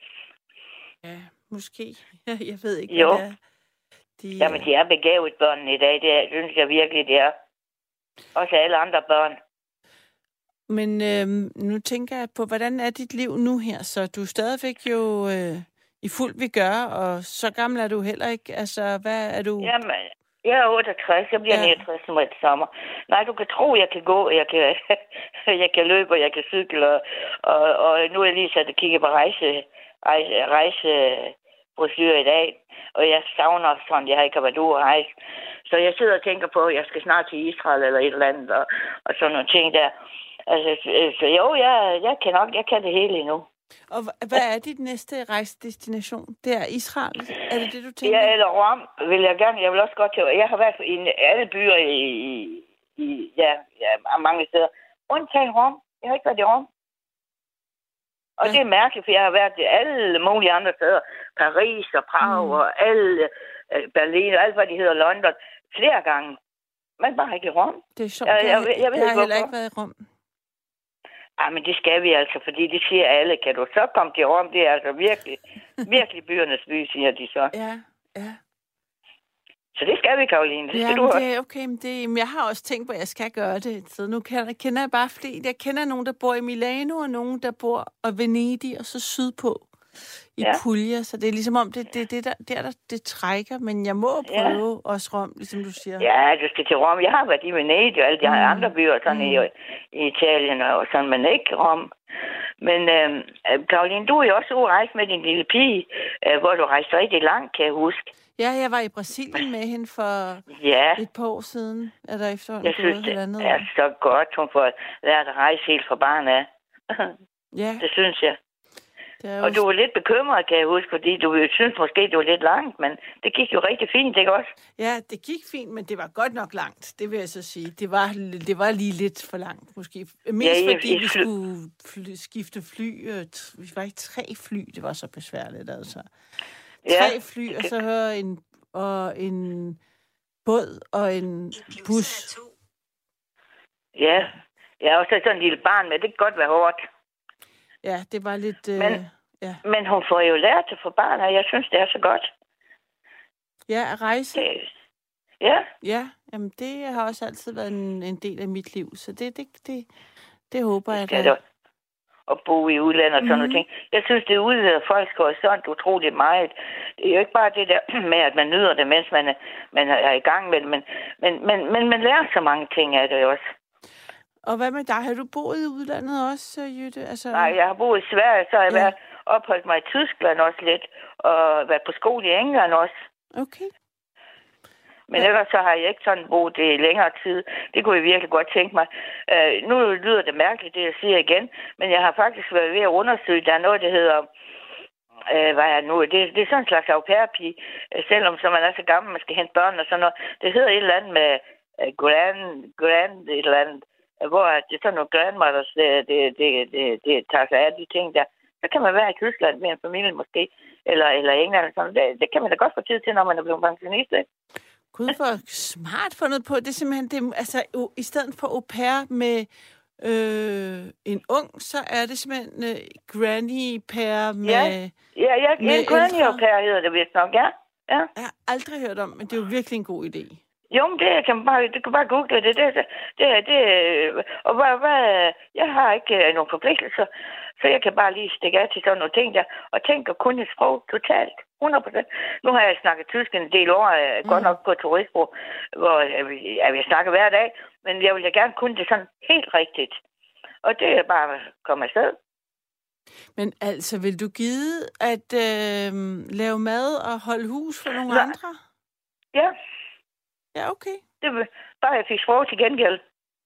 Speaker 2: Ja, måske. Jeg ved ikke,
Speaker 3: jo.
Speaker 2: Hvad det er.
Speaker 3: Jamen, de er begavet børnene i dag, det synes jeg virkelig, det er. Også alle andre børn.
Speaker 2: Men nu tænker jeg på, hvordan er dit liv nu her? Så du er stadigvæk jo i fuld vi gør, og så gammel er du heller ikke. Altså, hvad er du?
Speaker 3: Jamen, jeg er 68, jeg bliver 69 nu i sommer. Nej, du kan tro, jeg kan gå, jeg kan løbe, og jeg kan cykle, og nu er jeg lige sat og kigge på rejsebrosyrer i dag, og jeg savner sådan, jeg har ikke været ude at rejse. Så jeg sidder og tænker på, at jeg skal snart til Israel eller et eller andet, og sådan nogle ting der. Altså, så jo, jeg kan det hele endnu.
Speaker 2: Og hvad er dit næste rejsedestination? Det er Israel? Er det det, du tænker?
Speaker 3: Ja, eller Rom vil jeg gerne. Jeg vil også godt til. Jeg har været i alle byer i mange steder. Undtagen Rom. Jeg har ikke været i Rom. Og det er mærkeligt, for jeg har været i alle mulige andre steder. Paris og Prag og alle Berlin og alt, hvad de hedder, London. Flere gange. Men bare ikke i Rom.
Speaker 2: Det er sjovt. Jeg har heller ikke været i Rom.
Speaker 3: Ja, men det skal vi altså, fordi det siger alle. Kan du så komme til Rom? Det er altså virkelig, virkelig byernes by, siger de så.
Speaker 2: Ja.
Speaker 3: Så det skal vi, Karoline. Det skal du
Speaker 2: også. Det er okay. Men jeg har også tænkt på, at jeg skal gøre det. Så nu kender jeg bare flere. Jeg kender nogen, der bor i Milano, og nogen, der bor i Venedig, og så sydpå i Puglia. Så det er ligesom om, det trækker. Men jeg må prøve også Rom, ligesom du siger. Ja,
Speaker 3: du skal til Rom. Jeg har været i Venedig og alle de andre byer sådan i Italien og sådan, men ikke Rom. Men Karoline, du er jo også ude at rejse med din lille pige, hvor du rejste rigtig langt, kan jeg huske.
Speaker 2: Ja, jeg var i Brasilien med hende for et par år siden. Er der efterhånden
Speaker 3: jeg synes, det er så godt, hun får lært at rejse helt fra barn af.
Speaker 2: Ja.
Speaker 3: Det synes jeg. Og du var lidt bekymret, kan jeg huske, fordi du synes måske, det var lidt langt, men det gik jo rigtig fint, ikke også?
Speaker 2: Ja, det gik fint, men det var godt nok langt, det vil jeg så sige. Det var lige lidt for langt, måske. Mest fordi vi skulle skifte fly. Vi var ikke 3 fly, det var så besværligt, altså. 3 fly, og så en båd og en bus.
Speaker 3: Ja, og så sådan en lille barn med, det kan godt være hårdt.
Speaker 2: Ja, det var lidt...
Speaker 3: Men hun får jo lært det for barn, og jeg synes, det er så godt.
Speaker 2: Ja, at rejse.
Speaker 3: Ja.
Speaker 2: Ja, jamen det har også altid været en del af mit liv, så det håber jeg da.
Speaker 3: At bo i udlandet og sådan noget ting. Jeg synes, det udvider folks horisont utroligt meget. Det er jo ikke bare det der med, at man nyder det, mens man er i gang med det, men man lærer så mange ting af det også.
Speaker 2: Og hvad med dig? Har du boet i udlandet også, Jytte? Altså...
Speaker 3: Nej, jeg har boet i Sverige, så har jeg opholdt mig i Tyskland også lidt, og været på skole i England også.
Speaker 2: Okay.
Speaker 3: Men ellers så har jeg ikke sådan boet det i længere tid. Det kunne jeg virkelig godt tænke mig. Nu lyder det mærkeligt, det jeg siger igen, men jeg har faktisk været ved at undersøge, der er noget, der hedder... hvad er nu? Det er sådan en slags au pair-pige, selvom så man er så gammel, man skal hente børn og sådan noget. Det hedder et eller andet med grand et eller andet, hvor det er sådan nogle grandmothers, det tager sig af de ting der. Så kan man være i Tyskland med en familie måske, eller England. Sådan. Det kan man da godt få tid til, når man er blevet pensionist, ikke?
Speaker 2: Gud, hvor smart fundet på. Det er simpelthen, i stedet for au pair med en ung, så er det simpelthen granny-pair med...
Speaker 3: Ja, en granny-pair hedder det vist nok, ja.
Speaker 2: Jeg har aldrig hørt om, men det er jo virkelig en god idé.
Speaker 3: Jo, men du kan bare google det. Og jeg har ikke nogen forpligtelser, så jeg kan bare lige stikke af til sådan nogle ting der, og tænker kun et sprog totalt, 100%. Nu har jeg snakket tysk en del år, godt nok på turistbrug, hvor jeg snakker hver dag, men jeg vil da gerne kunne det sådan helt rigtigt. Og det er bare at komme afsted.
Speaker 2: Men altså, vil du gide at lave mad og holde hus for nogle andre?
Speaker 3: Ja.
Speaker 2: Ja, okay.
Speaker 3: Det var bare, jeg fik sprog til gengæld.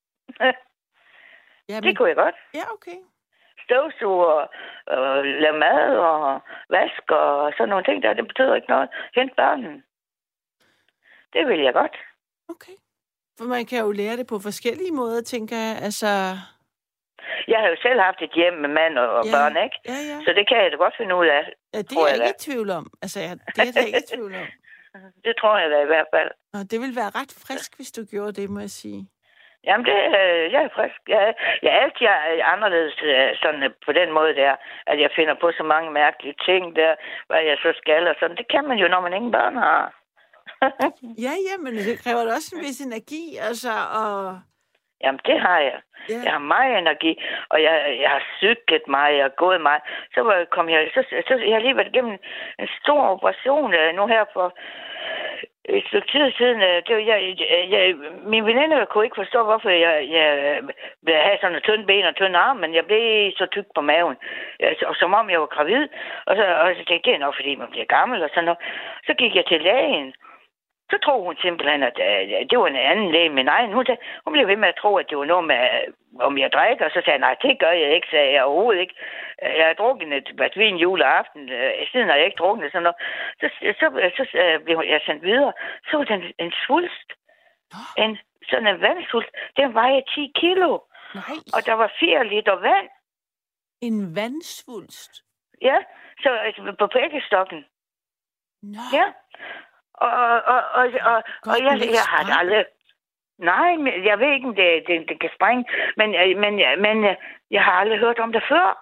Speaker 3: Det kunne jeg godt.
Speaker 2: Ja, okay.
Speaker 3: Støvsuge og lave mad og vask og sådan nogle ting der, det betyder ikke noget. Hent børnene. Det vil jeg godt.
Speaker 2: Okay. For man kan jo lære det på forskellige måder, tænker jeg. Altså...
Speaker 3: Jeg har jo selv haft et hjem med mand og børn, ikke?
Speaker 2: Ja.
Speaker 3: Så det kan jeg da godt finde ud af.
Speaker 2: Ja, det er jeg ikke i tvivl om. Altså, det er jeg ikke i tvivl om.
Speaker 3: Det tror jeg da i hvert fald.
Speaker 2: Og det ville være ret frisk, hvis du gjorde det, må jeg sige.
Speaker 3: Jamen, jeg er frisk. Jeg er altid anderledes sådan på den måde der, at jeg finder på så mange mærkelige ting der, hvad jeg så skal og sådan. Det kan man jo, når man ingen børn har.
Speaker 2: Ja, men det kræver da også en vis energi, altså, og...
Speaker 3: Jamen, det har jeg. Yeah. Jeg har meget energi, og jeg har cyklet meget og gået meget. Så jeg har lige været igennem en stor operation nu her for et stykke tid siden. Min veninde kunne ikke forstå, hvorfor jeg ville have sådan en tynd ben og tynd arm, men jeg blev så tyk på maven, og som om jeg var gravid. Og så det er nok, fordi man bliver gammel og sådan noget. Så gik jeg til lægen. Så tror hun simpelthen, at det var en anden læge, men nej, hun blev ved med at tro, at det var noget med, om jeg drikker, og så sagde jeg, nej, det gør jeg ikke, sagde jeg overhovedet ikke. Jeg har drukket et glas vin juleaften, siden har jeg ikke drukket sådan noget. Så blev jeg sendt videre, så var den en svulst, sådan en vandsvulst, den vejede 10 kilo, og der var 4 liter vand.
Speaker 2: En vandsvulst?
Speaker 3: Ja, så på pækkestokken. Ja. Og jeg har det aldrig... Nej, jeg ved ikke, om det kan sprænge, men jeg har aldrig hørt om det før.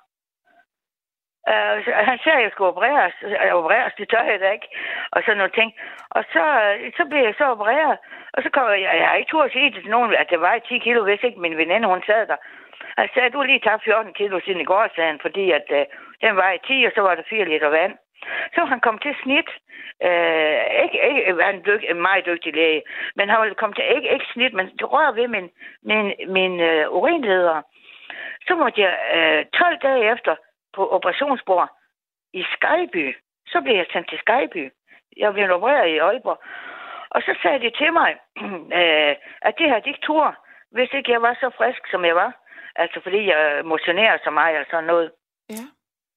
Speaker 3: Han sagde, at jeg skulle opereres, det tør jeg da ikke, og sådan nogle ting. Og så blev jeg så opereret, og så kom jeg har ikke turde at sige til nogen, at det var 10 kilo, hvis ikke min veninde, hun sad der. Han sagde, du har lige taget 14 kilo siden i går, sagde han, fordi at den var 10, og så var der 4 liter vand. Så han kom til snit. Ikke han er en meget dygtig læge, men han ville komme til ikke snit, men det rører ved min urinleder. Så måtte jeg 12 dage efter på operationsbord i Skejby. Så blev jeg sendt til Skejby. Jeg blev opereret i Aalborg. Og så sagde de til mig, at det her diktur, hvis ikke jeg var så frisk, som jeg var, altså fordi jeg motionerer så meget og sådan noget.
Speaker 2: Ja.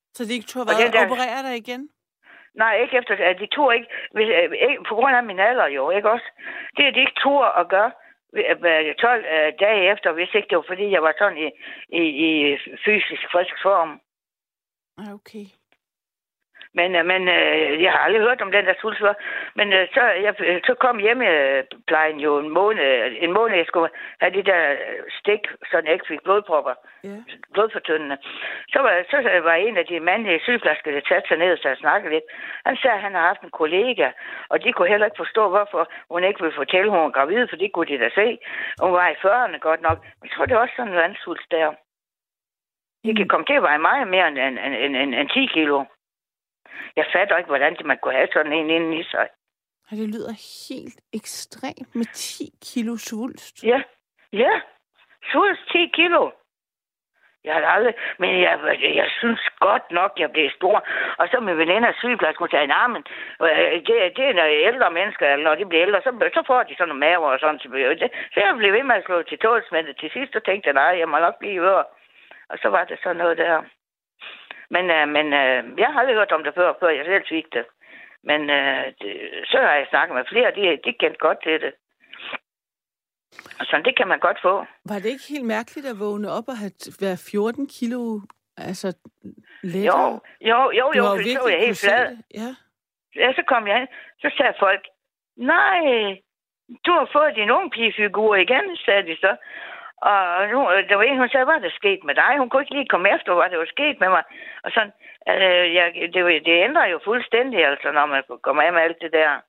Speaker 2: Så de ikke turde operere dig igen?
Speaker 3: Nej, ikke efter, at de turde ikke, på grund af min alder jo, ikke også? Det er de ikke turde at gøre 12 dage efter, hvis ikke det var, fordi jeg var sådan i fysisk frisk form.
Speaker 2: Okay.
Speaker 3: Men jeg har aldrig hørt om den der sulsvær. Men så kom hjemmeplejen jo en måned, jeg skulle have de der stik, så jeg ikke fik blodpropper. Yeah. Blodfortyndende. Så var en af de mandlige sygeplejersker, der satte sig ned og snakkede lidt. Han sagde, at han har haft en kollega, og de kunne heller ikke forstå, hvorfor hun ikke ville fortælle, at hun var gravid, for det kunne de da se. Hun var i 40'erne godt nok. Men jeg tror, det er også sådan en vandsuls der. Det kan komme til at veje meget mere end 10 kilo. Jeg fatter ikke, hvordan man kunne have sådan en inde i sig.
Speaker 2: Og det lyder helt ekstremt med 10 kilo svulst.
Speaker 3: Ja. Svulst 10 kilo. Jeg har aldrig... Men jeg synes godt nok, jeg blev stor. Og så med veninder sygeplejerske, hun sagde, nej, men det er når ældre mennesker, eller når de bliver ældre, så får de sådan nogle maver og sådan. Så jeg blev ved med at slå til tålsmændet. Til sidst så tænkte jeg, nej, jeg må nok blive øre. Og så var det sådan noget der. Men jeg har aldrig hørt om det før jeg selv fik det. Men så har jeg snakket med flere, de kendte godt til det. Og sådan, det kan man godt få.
Speaker 2: Var det ikke helt mærkeligt at vågne op og være 14 kilo lettere?
Speaker 3: Jo, så var jeg helt flad. Ja, så kom jeg ind, så sagde folk, nej, du har fået din unge pigefigur igen, sagde de så. Og nu, der var en, hun sagde, hvad er der sket med dig? Hun kunne ikke lige komme efter, hvad der var sket med mig. Og sådan, det ændrer jo fuldstændig, altså, når man kommer af med alt det der.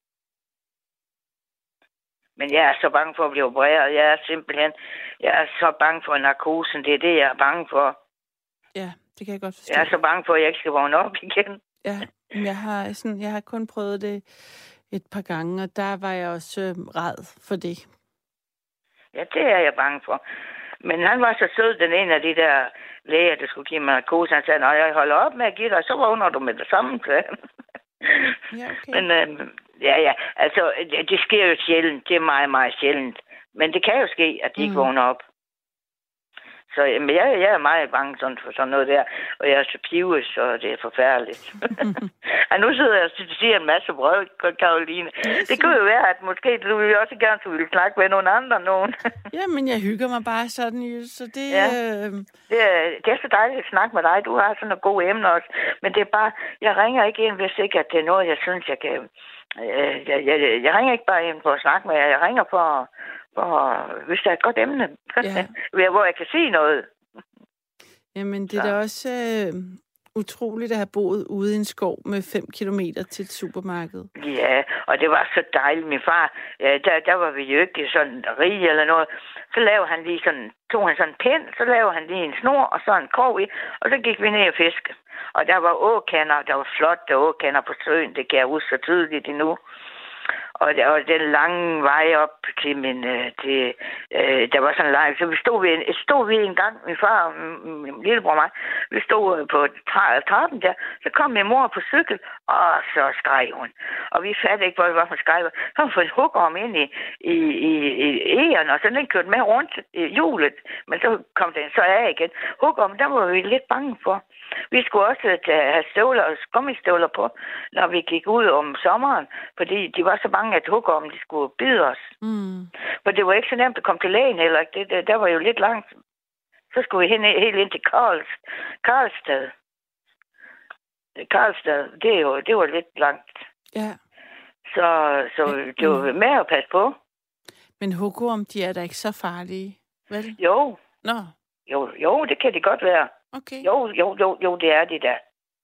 Speaker 3: Men jeg er så bange for at blive opereret. Jeg er så bange for narkosen. Det er det, jeg er bange for.
Speaker 2: Ja, det kan jeg godt forstå.
Speaker 3: Jeg er så bange for, at jeg ikke skal vågne op igen.
Speaker 2: Ja, jeg har kun prøvet det et par gange, og der var jeg også ræd for det.
Speaker 3: Ja, det er jeg bange for. Men han var så sød, den ene af de der læger, der skulle give mig narkose. Han sagde, når jeg holder op med at give dig, så vågner du med det samme.
Speaker 2: Ja, okay.
Speaker 3: Men altså, det sker jo sjældent. Det er meget, meget sjældent. Men det kan jo ske, at de ikke vågner op. Så jeg er meget bange for sådan noget der. Og jeg er så pivet, så det er forfærdeligt. Og nu sidder jeg og siger en masse brød, Karoline. Det kunne jo være, at måske du ville også gerne ville snakke med nogle andre nogen.
Speaker 2: Ja, men jeg hygger mig bare sådan, så det...
Speaker 3: Ja. Det er så dejligt at snakke med dig. Du har sådan nogle gode emner også. Men det er bare... Jeg ringer ikke ind, hvis ikke at det er noget, jeg synes, jeg kan... Jeg ringer ikke bare ind for at snakke med jer. Jeg ringer for hvis der er et godt emne, hvor jeg kan sige noget.
Speaker 2: Jamen, det er da også utroligt at have boet ude i en skov med 5 kilometer til et supermarked. Ja,
Speaker 3: og det var så dejligt. Min far, der var vi jo ikke sådan rige eller noget. Så lavede han lige tog han sådan en pind, så lavede han lige en snor og så en krog i, og så gik vi ned og fiske. Og der var åkander, der var flotte åkander på søen, det kan jeg huske så tydeligt endnu. Og den lange vej op til der var sådan en lang, så vi stod ved en gang, min far og min lillebror og mig, vi stod på trappen der, så kom min mor på cykel, og så skreg hun. Og vi fattede ikke, hvor hun skreg. Så har hun fået et hugorm ind i egerne, og så den kørte med rundt i hjulet, men så kom den så af igen. Hugormen, der var vi lidt bange for. Vi skulle også have gummistøvler på, når vi gik ud om sommeren, fordi de var så bange, at hugormen de skulle bide os. For det var ikke så nemt at komme til lægen, eller det der var jo lidt langt. Så skulle vi helt ind til Karlstad. Karlstad, det var lidt langt.
Speaker 2: Ja.
Speaker 3: Så det var med at passe på.
Speaker 2: Men hugorm, de er da ikke så farlige, vel?
Speaker 3: Jo.
Speaker 2: Nå.
Speaker 3: Jo, det kan det godt være.
Speaker 2: Okay.
Speaker 3: Jo, det er det da.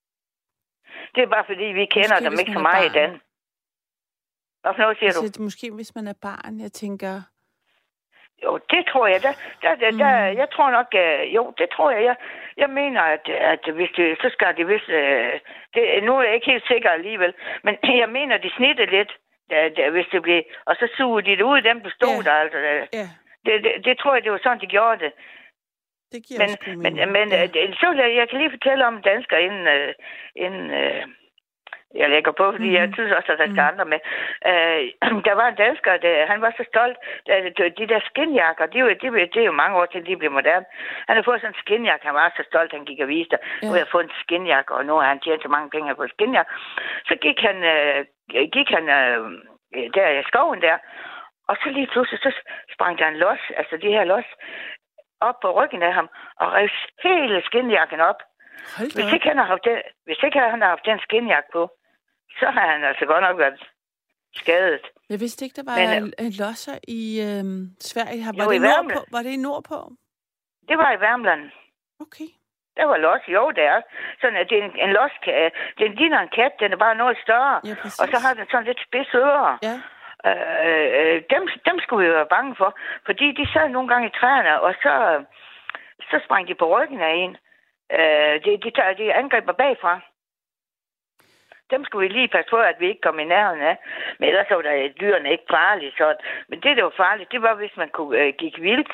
Speaker 3: Det er bare fordi, vi kender dem ikke så meget i den. Hvad for noget siger du?
Speaker 2: Måske hvis man er barn, jeg tænker...
Speaker 3: Jo, det tror jeg. Jeg tror nok... Jo, det tror jeg. Jeg mener, at hvis det... Så skal det vist... nu er jeg ikke helt sikker alligevel. Men jeg mener, de snitter lidt, hvis det bliver... Og så suger de det ud, dem der stod der. Altså, det tror jeg, det var sådan, de gjorde det.
Speaker 2: Det giver
Speaker 3: men så jeg kan lige fortælle om dansker jeg lægger på, fordi jeg synes også, at der skal andre med. Der var en dansker, han var så stolt. De der skinjakker, det er jo mange år til, de blev moderne. Han har fået sådan en skinjakke, han var så stolt, han gik og viste, nu har jeg fået en skinjakke, og nu har han tjent så mange penge på skinjakke. Så gik han der i skoven der, og så lige pludselig, så sprang der en los, altså de her los, op på ryggen af ham, og rev hele skinjakken op. Hvis ikke han har haft den skinjakke på, så har han altså godt nok været skadet.
Speaker 2: Jeg vidste ikke, der var losser i Sverige. Var det i nordpå?
Speaker 3: Det var i Värmland.
Speaker 2: Okay.
Speaker 3: Der var los, jo, der. Sådan at det er en los, den ligner en kat, den er bare noget større.
Speaker 2: Ja, præcis.
Speaker 3: Og så har den sådan lidt spids ører.
Speaker 2: Ja.
Speaker 3: Dem skulle vi være bange for, fordi de sad nogle gange i træerne, og så sprang de på ryggen af en. De angriber bagfra. Dem skulle vi lige passe på, at vi ikke kom i nærheden af. Men ellers var der dyrene ikke farlige. Så. Men det, der var farligt, det var, hvis man gik vildt.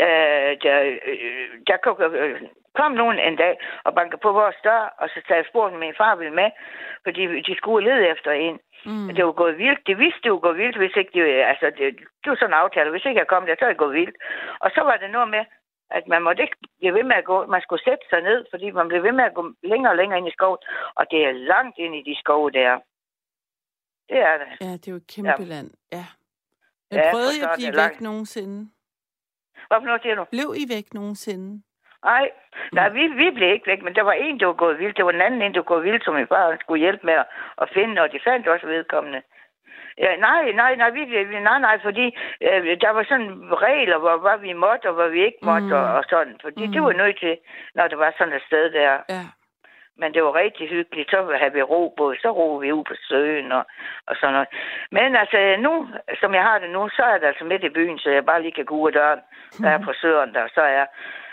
Speaker 3: Der kom nogen en dag og bankede på vores dør, og så sagde spurgte min far ville med, fordi de skulle lede efter en. Det var gået vildt. De vidste, det var gået vildt, hvis ikke det var sådan en aftale. Hvis ikke jeg kom der, så er det gået vildt. Og så var det noget med, at man måtte ikke blive ved med at gå. Man skulle sætte sig ned, fordi man blev ved med at gå længere og længere ind i skoven. Og det er langt ind i de skove der. Det er det.
Speaker 2: Ja, det er jo et kæmpe land. Ja. Men prøvede I at blive væk nogensinde?
Speaker 3: Hvad for noget siger du?
Speaker 2: Blev I væk nogensinde?
Speaker 3: Nej, vi blev ikke væk, men der var en, der var gået vildt. Der var en anden, der var gået vildt, som min far skulle hjælpe med at finde, og de fandt også vedkommende. Ja, nej, fordi der var sådan regler, hvad vi måtte, og hvad vi ikke måtte, og sådan. Fordi det var nødt til, når der var sådan et sted der.
Speaker 2: Ja.
Speaker 3: Men det var rigtig hyggeligt. Så havde vi robåd, så roede vi ud på søen og sådan noget. Men altså nu, som jeg har det nu, så er det altså midt i byen, så jeg bare lige kan gå ud af døren. Der er frisøren der, så er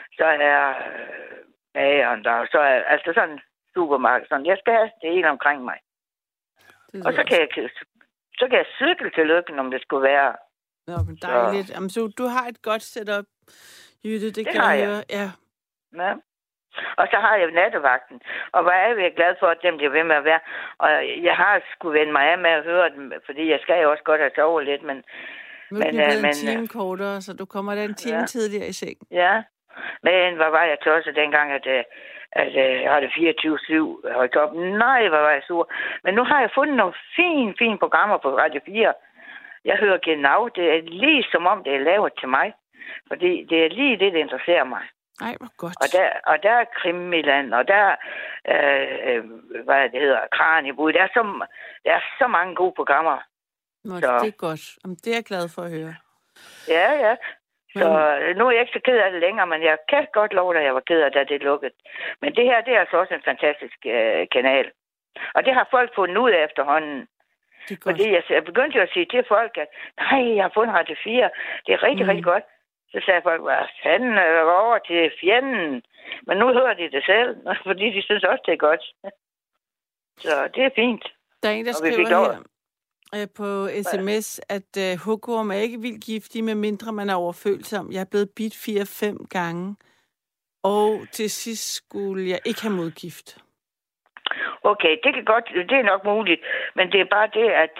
Speaker 3: bageren der, og så er altså sådan en supermarked. Sådan. Jeg skal have det hele omkring mig. Og så kan jeg cykle til Lykken, om det skulle være.
Speaker 2: Nå, men dejligt. Jamen, så du har et godt setup, Jytte, det kan
Speaker 3: har
Speaker 2: jeg
Speaker 3: jeg
Speaker 2: høre. Ja.
Speaker 3: Og så har jeg nattevagten. Og hvor er jeg glad for, at dem bliver ved med at være. Og jeg har skulle vende mig af med at høre dem, fordi jeg skal jo også godt have sovet lidt, men...
Speaker 2: Nu er det en time kortere, så du kommer der en time tidligere i seng. Ja.
Speaker 3: Men hvad var jeg tosset dengang, at jeg havde 24/7 højt op. Nej, hvad var jeg sur. Men nu har jeg fundet nogle fine programmer på Radio 4. Jeg hører genau. Det er lige som om, det er lavet til mig. Fordi det er lige det, der interesserer mig.
Speaker 2: Ej, hvor godt.
Speaker 3: Og der er Krimiland, og der hvad det hedder, Kranjebrud. Der er så mange gode programmer.
Speaker 2: Nå, det er godt. Jamen, det er jeg glad for at høre.
Speaker 3: Ja. Så nu er jeg ikke så ked af det længere, men jeg kan godt love dig, at jeg var ked af det, da det lukkede. Men det her, det er altså også en fantastisk kanal. Og det har folk fundet ud af efterhånden. Fordi jeg begyndte jo at sige til folk, at nej, jeg har fundet Radio 4. Det er rigtig, rigtig godt. Så sagde folk, hvad fanden over til fjenden. Men nu hører de det selv, fordi de synes også, det er godt. Så det er fint.
Speaker 2: Der er en, der skriver her på sms, at hugorm er ikke vildt giftig, med mindre man er overfølsom. Jeg er blevet bidt 4-5 gange, og til sidst skulle jeg ikke have modgift.
Speaker 3: Okay, det er nok muligt, men det er bare det, at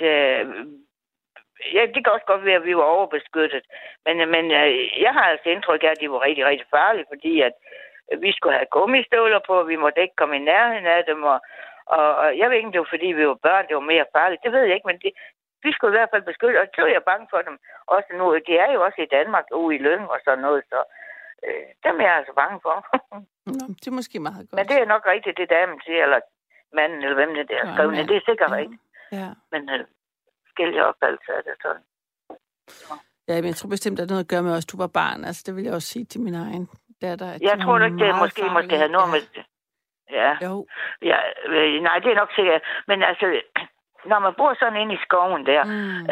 Speaker 3: det kan også godt være, at vi var overbeskyttet. Men jeg har altså indtryk af, at de var rigtig, rigtig farlige, fordi at vi skulle have gummistøvler på, vi måtte ikke komme i nærheden af dem, og jeg ved ikke, det var fordi, vi var børn, det var mere farligt. Det ved jeg ikke, men vi skulle i hvert fald beskytte, og så er jeg bange for dem. Også nu, de er jo også i Danmark, ude i Lyng og sådan noget, så dem er jeg altså bange for.
Speaker 2: Nå, det er måske meget godt.
Speaker 3: Men det er nok rigtigt, det damen siger, eller manden, eller hvem det er skrevet. Det er sikkert rigtigt.
Speaker 2: Ja.
Speaker 3: Men skældig opfattelse af det sådan.
Speaker 2: Ja, men jeg tror bestemt, at det noget at gøre med os. Du var barn, altså det vil jeg også sige til min egen datter.
Speaker 3: Jeg tror ikke, det måske have noget med det. Ja.
Speaker 2: Jo.
Speaker 3: Ja, nej, det er nok sikkert. Men altså, når man bor sådan inde i skoven der,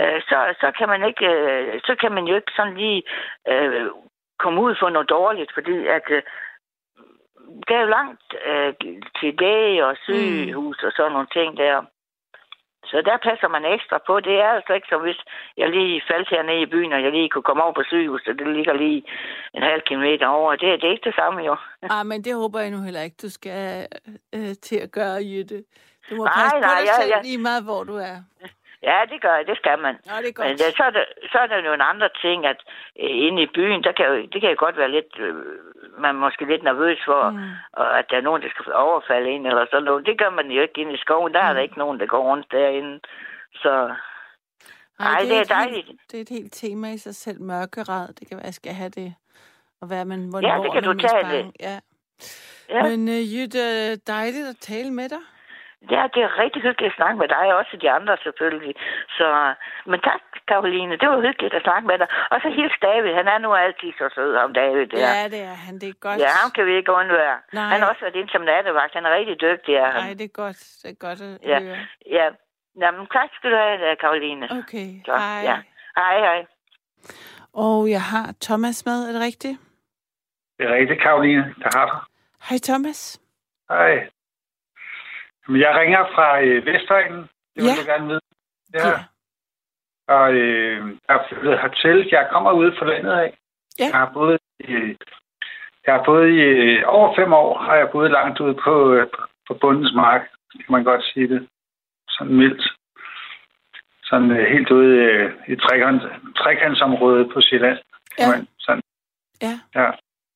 Speaker 3: så kan man jo ikke sådan lige komme ud for noget dårligt, fordi at der er jo langt til læge og sygehus og sådan nogle ting der. Så der passer man ekstra på. Det er altså ikke så, hvis jeg lige faldt hernede i byen, og jeg lige kunne komme over på sygehuset, det ligger lige 1,5 kilometer over. Det er ikke det samme, jo.
Speaker 2: Men det håber jeg nu heller ikke, du skal til at gøre, Jytte. Du må passe på dig selv lige meget, hvor du er.
Speaker 3: Ja, det gør jeg. Det skal man.
Speaker 2: Ja, det er godt.
Speaker 3: Men så er der nogle andre ting, at inde i byen, det kan jo godt være lidt... man er måske lidt nervøs for, at der er nogen, der skal overfalde en eller sådan noget. Det gør man jo ikke inde i skoven. Der er der ikke nogen, der går rundt derinde. Så... Nej, det er dejligt.
Speaker 2: Det er et helt tema i sig selv. Mørkerad. Det kan være, jeg skal have det. Og være man, hvor
Speaker 3: det kan du tage det.
Speaker 2: Ja. Men Jytte, dejligt at tale med dig.
Speaker 3: Ja, det er rigtig hyggeligt at snakke med dig, og også de andre selvfølgelig. Så, men tak, Karoline. Det var hyggeligt at snakke med dig. Og så hils David. Han er nu altid så sød om David. Der.
Speaker 2: Ja, det er han. Det er godt.
Speaker 3: Ja, ham kan vi ikke undvære.
Speaker 2: Nej.
Speaker 3: Han har også været inde som nattevagt. Han er rigtig dygtig.
Speaker 2: Nej, det er godt. Det er godt at høre.
Speaker 3: Ja. Jamen, tak skal du have, Karoline.
Speaker 2: Okay,
Speaker 3: så,
Speaker 2: hej.
Speaker 3: Ja. Hej.
Speaker 2: Og jeg har Thomas med. Er det rigtigt?
Speaker 4: Det er rigtigt, Karoline. Der har du.
Speaker 2: Hej, Thomas.
Speaker 4: Hej. Jeg ringer fra Vestegnen. Det vil jeg gerne vide. Ja. Og jeg er flyttet hertil. Jeg kommer ud fra landet af.
Speaker 2: Ja.
Speaker 4: Jeg har boet i over 5 år, har jeg boet langt ude på bundens mark. Kan man godt sige det. Sådan mildt. Sådan helt ude i trekantsområdet på Sjælland.
Speaker 2: Ja.
Speaker 4: Sådan.
Speaker 2: Ja.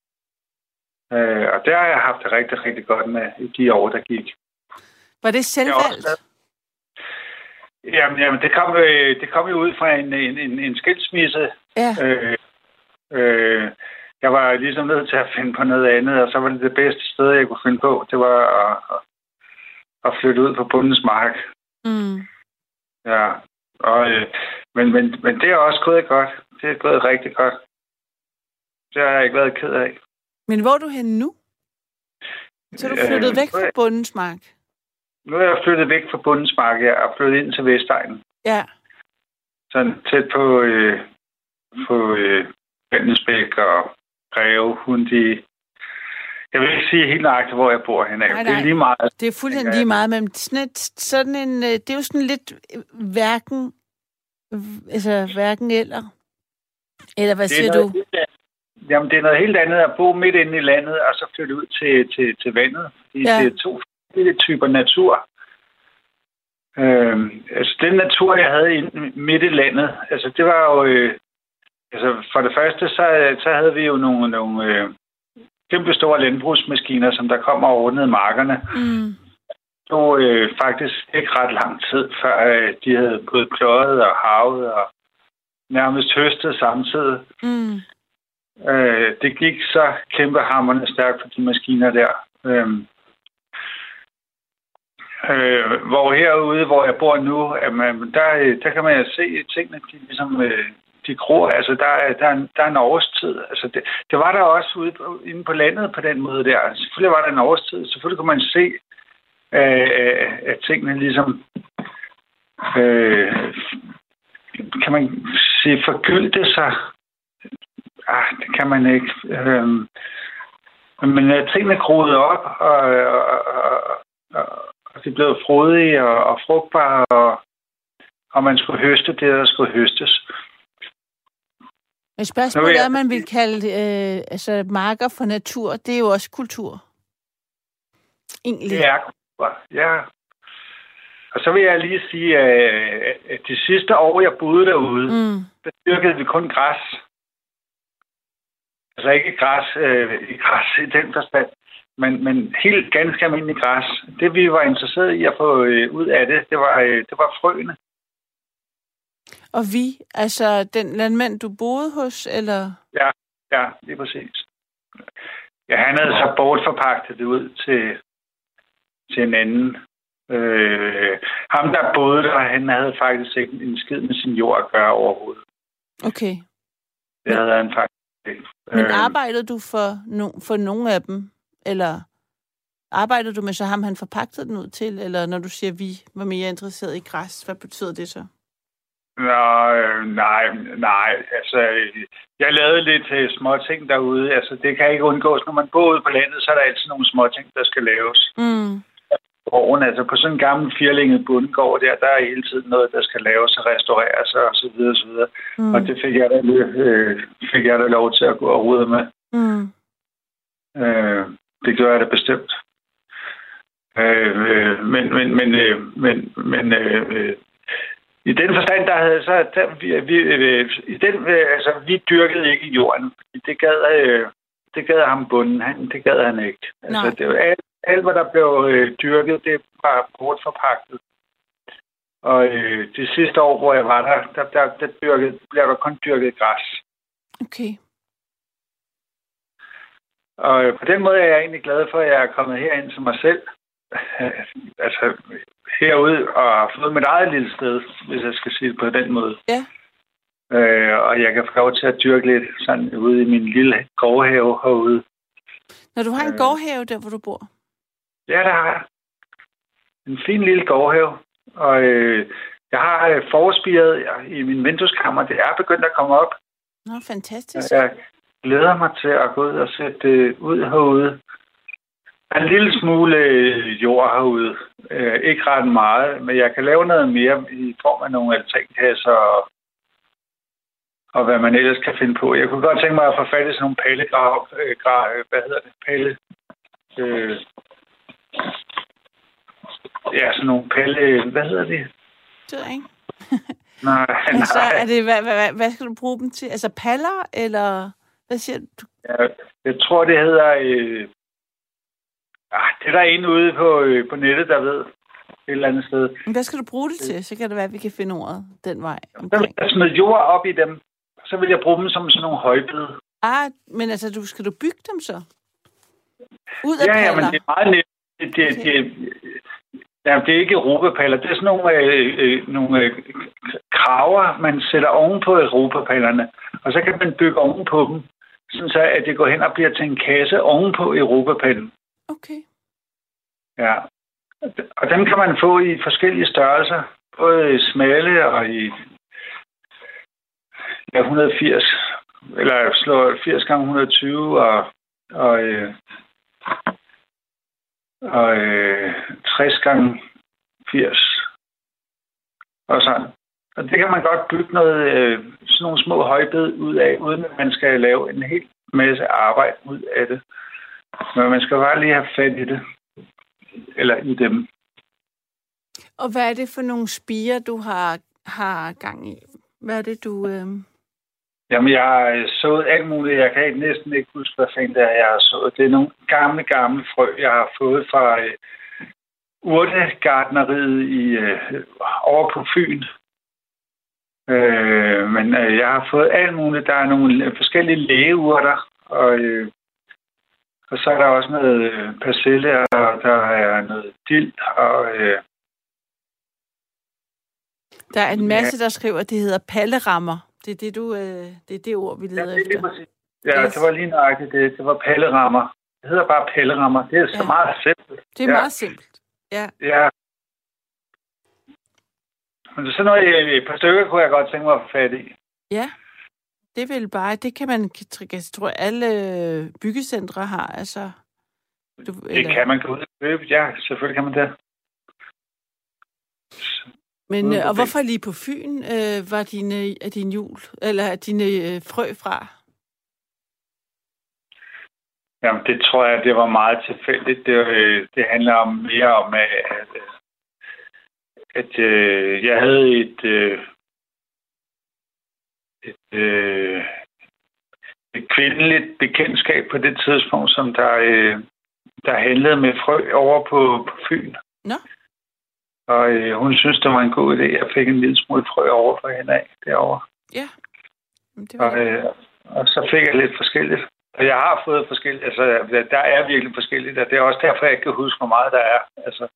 Speaker 4: Og der har jeg haft det rigtig, rigtig godt med i de år, der gik.
Speaker 2: Var det selvvalgt?
Speaker 4: Jamen det kom jo ud fra en skilsmisse.
Speaker 2: Ja.
Speaker 4: Jeg var ligesom nødt til at finde på noget andet, og så var det bedste sted, jeg kunne finde på, det var at flytte ud på bundens mark.
Speaker 2: Mm.
Speaker 4: Ja. Men det er også gået godt. Det er gået rigtig godt. Det har jeg ikke været ked af.
Speaker 2: Men hvor er du henne nu? Så er du flyttet væk fra bundens mark?
Speaker 4: Nu er jeg flyttet væk fra bundens mark. Jeg er flyttet ind til Vestegnen.
Speaker 2: Ja.
Speaker 4: Sådan tæt på Vandensbæk og Greve, Hundi. Jeg vil ikke sige helt nøjagtigt, hvor jeg bor henne.
Speaker 2: Nej.
Speaker 4: Det er lige meget.
Speaker 2: Det er fuldstændig lige meget, men det er jo sådan lidt hverken eller. Eller hvad siger du?
Speaker 4: Jamen, det er noget helt andet at bo midt inde i landet, og så flytte ud til vandet. Det er 2 forskellige typer natur. Altså, den natur, jeg havde midt i landet, altså, det var jo... for det første, så havde vi jo nogle kæmpe store landbrugsmaskiner, som der kom og ordnede markerne.
Speaker 2: Mm.
Speaker 4: Det tog faktisk ikke ret lang tid, før de havde både pløjet og havet og nærmest høstet samtidig.
Speaker 2: Mm.
Speaker 4: Det gik så kæmpehamrende stærkt for de maskiner der. Hvor herude, hvor jeg bor nu, der kan man se tingene, de ligesom... de gror, altså der er en årstid. Altså det var der også inde på landet på den måde der. Selvfølgelig var der en årstid. Selvfølgelig kunne man se, at tingene ligesom kan man sige forgyldte sig. Det kan man ikke. Men tingene groede op, og de blev frodige og frugtbare, og man skulle høste det, der skulle høstes.
Speaker 2: Men spørgsmålet er, at man vil kalde marker for natur. Det er jo også kultur. Egentlig.
Speaker 4: Det er kultur, ja. Og så vil jeg lige sige, at de sidste år, jeg boede derude, der dyrkede vi kun græs. Altså ikke græs i den forstand, men helt ganske almindelig græs. Det, vi var interesseret i at få ud af det var frøene.
Speaker 2: Og altså den landmand, du boede hos, eller?
Speaker 4: Ja, lige præcis. Ja, han havde så bortforpagtet det ud til en anden. Ham, der boede der, han havde faktisk ikke en skid med sin jord at gøre overhovedet.
Speaker 2: Okay.
Speaker 4: Det havde han faktisk ikke.
Speaker 2: Men arbejdede du for nogle af dem? Eller arbejdede du med så ham, han forpagtede den ud til? Eller når du siger, vi var mere interesseret i græs, hvad betyder det så? Nej. Altså, jeg lavede lidt små ting derude. Altså, det kan ikke undgås. Når man bor ude på landet, så er der altid nogle små ting, der skal laves. Mm.
Speaker 4: Altså, på sådan en gammel firlænget bundegård der er hele tiden noget, der skal laves og restaureres og så videre og så videre. Mm. Og det fik jeg da lov til at gå og rode med.
Speaker 2: Mm.
Speaker 4: Det gør jeg da bestemt. Men i den forstand, der havde så vi dyrkede ikke jorden. Det gad ham bunden. Det gad han ikke. Altså, det var alt, hvad der blev dyrket, det var hårdt forpagtet. Og det sidste år, hvor jeg var der blev der kun dyrket græs.
Speaker 2: Okay.
Speaker 4: Og på den måde er jeg egentlig glad for, at jeg er kommet herind til mig selv. Altså herude og har fået mit eget lille sted, hvis jeg skal sige det på den måde.
Speaker 2: Ja.
Speaker 4: Og jeg kan få lov til at dyrke lidt sådan ude i min lille gårdhave herude.
Speaker 2: Når du har en gårdhave der, hvor du bor?
Speaker 4: Ja, der har jeg. En fin lille gårdhave. Og jeg har forspiret i min vindueskammer. Det er begyndt at komme op.
Speaker 2: Nå, fantastisk.
Speaker 4: Jeg glæder mig til at gå ud og sætte ud herude. En lille smule jord herude. Ikke ret meget, men jeg kan lave noget mere i form af nogle altankasser og hvad man ellers kan finde på. Jeg kunne godt tænke mig at få fat i sådan nogle sådan nogle palle... Hvad hedder det?
Speaker 2: Det er ikke.
Speaker 4: Nej.
Speaker 2: Så er det, hvad skal du bruge dem til? Altså paller, eller hvad siger du?
Speaker 4: Ja, jeg tror, det hedder... det er der en ude på nettet, der ved et eller andet sted.
Speaker 2: Men hvad skal du bruge det til? Så kan det være, at vi kan finde ordet den vej.
Speaker 4: Så vil jeg smide jord op i dem. Så vil jeg bruge dem som sådan nogle højbede.
Speaker 2: Men altså, skal du bygge dem så? Ud af paller?
Speaker 4: Ja, men det er meget nemt. Det er ikke europapaller. Det er sådan nogle kraver, man sætter oven på europapallerne. Og så kan man bygge oven på dem, sådan så at det går hen og bliver til en kasse oven på europapallen.
Speaker 2: Okay.
Speaker 4: Ja. Og dem kan man få i forskellige størrelser. Både smalle og i 180. Eller slå 80 gange 120 og 60 gange 80. Og sådan. Og det kan man godt bygge noget, sådan nogle små højbed ud af, uden at man skal lave en hel masse arbejde ud af det. Men man skal bare lige have fat i det. Eller i dem.
Speaker 2: Og hvad er det for nogle spirer, du har gang i? Hvad er det, du...
Speaker 4: Jamen, jeg har sået alt muligt. Jeg kan næsten ikke huske, hvad fanden det er, jeg har sået. Det er nogle gamle frø, jeg har fået fra urtegartneriet over på Fyn. Men jeg har fået alt muligt. Der er nogle forskellige lægeurter, og så er der også noget persille, og der er noget dild, og...
Speaker 2: Der er en masse, der skriver, at det hedder pallerammer. Det er det ord, vi leder efter.
Speaker 4: Ja, det var lige nøjagtigt det. Det var pallerammer. Det hedder bare pallerammer. Det er så meget simpelt.
Speaker 2: Det er meget simpelt. Ja.
Speaker 4: Ja. Men sådan noget, et par stykker kunne jeg godt tænke mig at få fat i.
Speaker 2: Ja. Det vil bare, det kan man, jeg tror, alle byggecentre har, altså.
Speaker 4: Kan man gå ud og købe, ja, selvfølgelig kan man det.
Speaker 2: Men, og hvorfor lige på Fyn var din jul, eller dine frø fra?
Speaker 4: Jamen, det tror jeg, det var meget tilfældigt. Det handler mere om, at jeg havde et kvindeligt bekendtskab på det tidspunkt, som der handlede med frø over på Fyn.
Speaker 2: Nå.
Speaker 4: Og hun synes, det var en god idé. Jeg fik en lille smule frø over for hende af derovre.
Speaker 2: Ja. Det var
Speaker 4: og så fik jeg lidt forskelligt. Og jeg har fået forskelligt. Altså, der er virkelig forskelligt. Og det er også derfor, jeg ikke kan huske, hvor meget der er. Altså,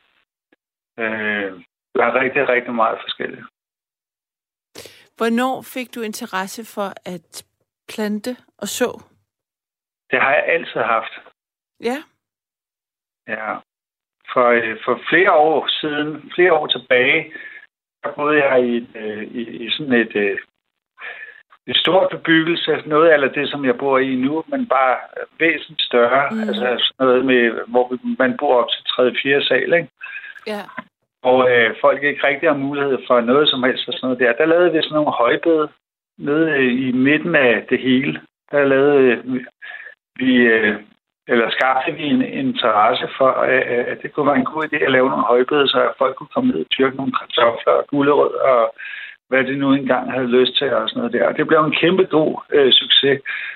Speaker 4: der er rigtig, rigtig meget forskelligt.
Speaker 2: Hvornår fik du interesse for at plante og så?
Speaker 4: Det har jeg altid haft.
Speaker 2: Ja?
Speaker 4: Ja. For flere år tilbage, der boede jeg i sådan et stort bebyggelse, noget af det, som jeg bor i nu, men bare væsentligt større. Altså sådan noget med, hvor man bor op til 3. 4. sal, ikke?
Speaker 2: Ja.
Speaker 4: Og folk ikke rigtig har mulighed for noget som helst og sådan noget der. Der lavede vi sådan nogle højbede nede i midten af det hele. Der lavede vi eller skabte vi en interesse for, at det kunne være en god idé at lave nogle højbede, så folk kunne komme ned og dyrke nogle kartofler og gulerødder og hvad det nu engang havde lyst til og sådan noget der. Og det blev en kæmpe god succes.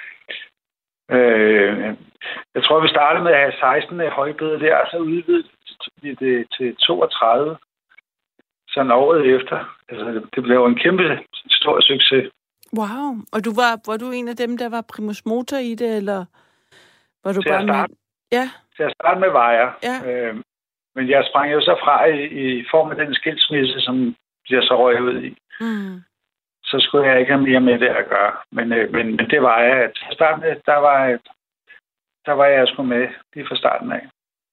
Speaker 4: Jeg tror, vi startede med at have 16 højbede der, og så udvidede vi det til 32. Sådan året efter. Altså, det blev en kæmpe stor succes.
Speaker 2: Wow. Og var du en af dem, der var primus motor i det, eller var du
Speaker 4: til
Speaker 2: bare med? Ja.
Speaker 4: Til at starte med var jeg.
Speaker 2: Ja.
Speaker 4: Men jeg sprang jo så fra i form af den skilsmisse, som jeg så røg ud i. Mm. Så skulle jeg ikke have mere med det at gøre. Men det var jeg. Til at starte med, der var jeg sgu med lige fra starten af.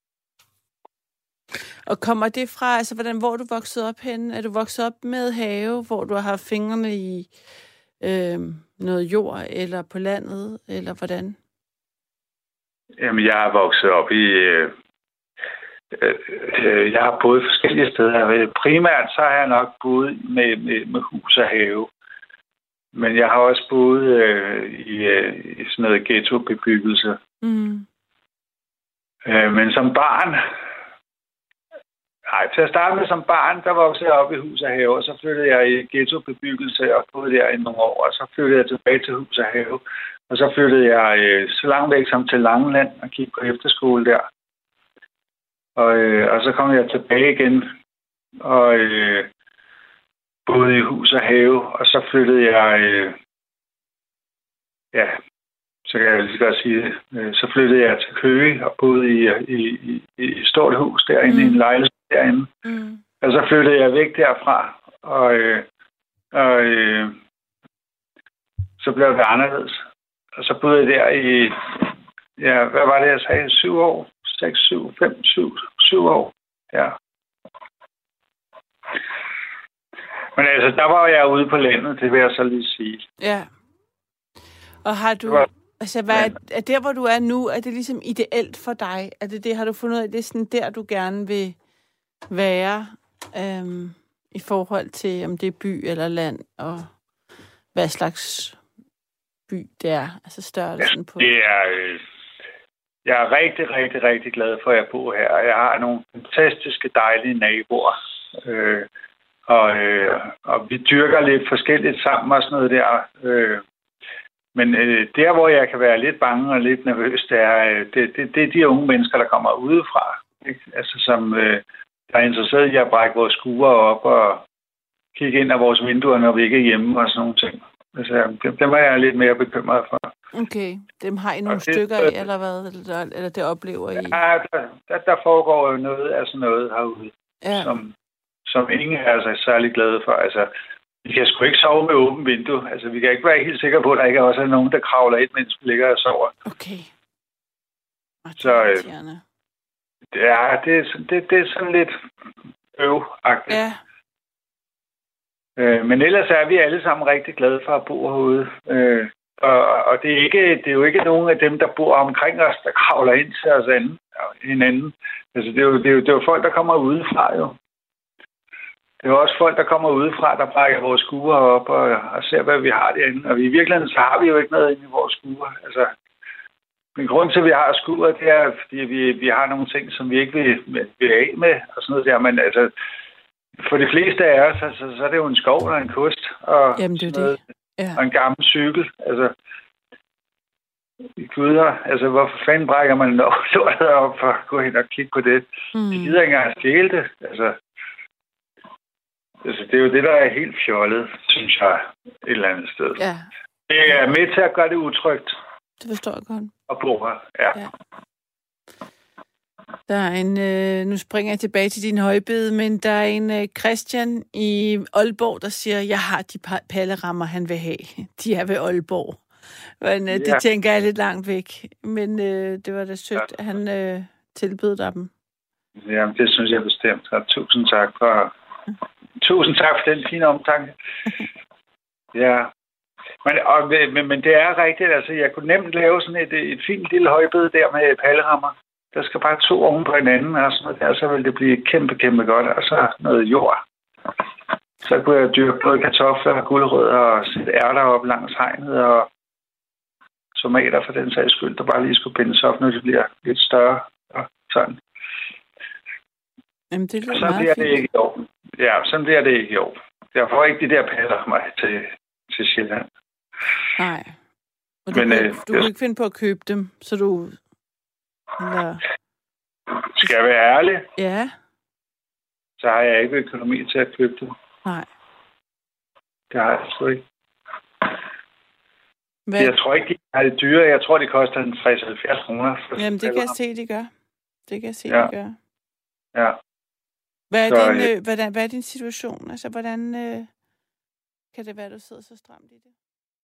Speaker 2: Og kommer det fra, altså hvor du voksede op henne? Er du vokset op med have, hvor du har haft fingrene i noget jord, eller på landet, eller hvordan?
Speaker 4: Jamen, jeg er vokset op i... jeg har boet forskellige steder. Primært så har jeg nok boet med hus og have. Men jeg har også boet i sådan noget ghetto-bebyggelse. Mm. Men som barn... Nej, til at starte med som barn, der voksede jeg op i hus og have, og så flyttede jeg i ghetto-bebyggelse og boede der i nogle år, og så flyttede jeg tilbage til hus og have. Og så flyttede jeg så langt væk som til Langeland og gik på efterskole der. Og så kom jeg tilbage igen og boede i hus og have, og så flyttede jeg... så kan jeg lige godt sige det. Så flyttede jeg til Køge og boede i et stort hus derinde, i en lejlighed derinde. Mm. Og så flyttede jeg væk derfra, og så blev det anderledes. Og så boede jeg der i, hvad var det, jeg sagde? 7 år? 6, 7, 5, 7 år. Ja. Men altså, der var jeg ude på landet, det vil jeg så lige sige.
Speaker 2: Ja. Og har du... Altså, er der, hvor du er nu, er det ligesom ideelt for dig? Er det, har du fundet ud af, det er sådan der, du gerne vil være i forhold til, om det er by eller land, og hvad slags by det er? Altså størrelsen på...
Speaker 4: Det er... jeg er rigtig, rigtig, rigtig glad for, at jeg bor her. Jeg har nogle fantastiske, dejlige naboer. Og vi dyrker lidt forskelligt sammen og sådan noget der. Men der, hvor jeg kan være lidt bange og lidt nervøs, det er de unge mennesker, der kommer udefra. Ikke? Altså, som der er interesseret i at brække vores skuer op og kigge ind af vores vinduer, når vi ikke er hjemme og sådan nogle ting. Altså, dem var jeg lidt mere bekymret for.
Speaker 2: Okay. Dem har I nogle stykker af, eller hvad? Eller det oplever I?
Speaker 4: Ja, der foregår jo noget af sådan noget herude, som ingen er altså særlig glade for. Altså, vi kan sgu ikke sove med åbent vindue. Altså, vi kan ikke være helt sikre på, at der ikke også er nogen, der kravler ind, mens vi ligger og sover.
Speaker 2: Okay.
Speaker 4: Så det er sådan lidt øv-agtigt.
Speaker 2: Ja.
Speaker 4: Men ellers er vi alle sammen rigtig glade for at bo herude. Og det er jo ikke nogen af dem, der bor omkring os, der kravler ind til os hinanden. Altså, det er jo folk, der kommer udefra, jo. Det er også folk, der kommer udefra, der brækker vores skuer op og ser, hvad vi har derinde. Og i virkeligheden, så har vi jo ikke noget inde i vores skuer. Altså, men grund til, at vi har skuer, det er, fordi vi har nogle ting, som vi ikke vil af med og sådan noget der. Men altså, for de fleste af os, så er det jo en skov og en kost og,
Speaker 2: jamen, det er det. Ja.
Speaker 4: Og en gammel cykel. Altså, guder, altså hvorfor fanden brækker man lortet op for at gå hen og kigge på det? De gider ikke engang stjæle det. Altså, det er jo det, der er helt fjollet, synes jeg, et eller andet sted.
Speaker 2: Ja.
Speaker 4: Det er med til at gøre det utrygt.
Speaker 2: Det forstår jeg godt.
Speaker 4: Og bo her, ja.
Speaker 2: Der er en, nu springer jeg tilbage til din højbede, men der er en Christian i Aalborg, der siger, jeg har de pallerammer, han vil have. De er ved Aalborg. Men det tænker jeg lidt langt væk. Men det var da sødt, at han tilbød dig dem.
Speaker 4: Jamen, det synes jeg bestemt. Og tusind tak for den fine omtanke. Ja. Men det er rigtigt. Altså, jeg kunne nemt lave sådan et fint lille højbede der med pallerammer. Der skal bare 2 oven på hinanden, og sådan noget der, så vil det blive kæmpe, kæmpe godt. Og så noget jord. Så kunne jeg dyrke både kartofler og gulerødder og sætte ærter op langs hegnet og tomater for den sags skyld, der bare lige skulle bindes op, når de bliver lidt større. Og sådan.
Speaker 2: Jamen, det
Speaker 4: og så bliver det ikke i år. Ja, sådan bliver det ikke i år. Jeg får ikke de der paller mig til Sjælland.
Speaker 2: Nej. Og du kan ikke finde på at købe dem, så du... Eller...
Speaker 4: Skal jeg være ærlig?
Speaker 2: Ja.
Speaker 4: Så har jeg ikke økonomi til at købe dem.
Speaker 2: Nej.
Speaker 4: Det har jeg sgu ikke. Jeg tror ikke, de er det dyre. Jeg tror, de koster en 60-70 kroner.
Speaker 2: Jamen, det kan jeg se, de gør. Det kan jeg se, de gør.
Speaker 4: Ja.
Speaker 2: Hvad er din situation? Altså, hvordan kan det være, du sidder så stramt i det?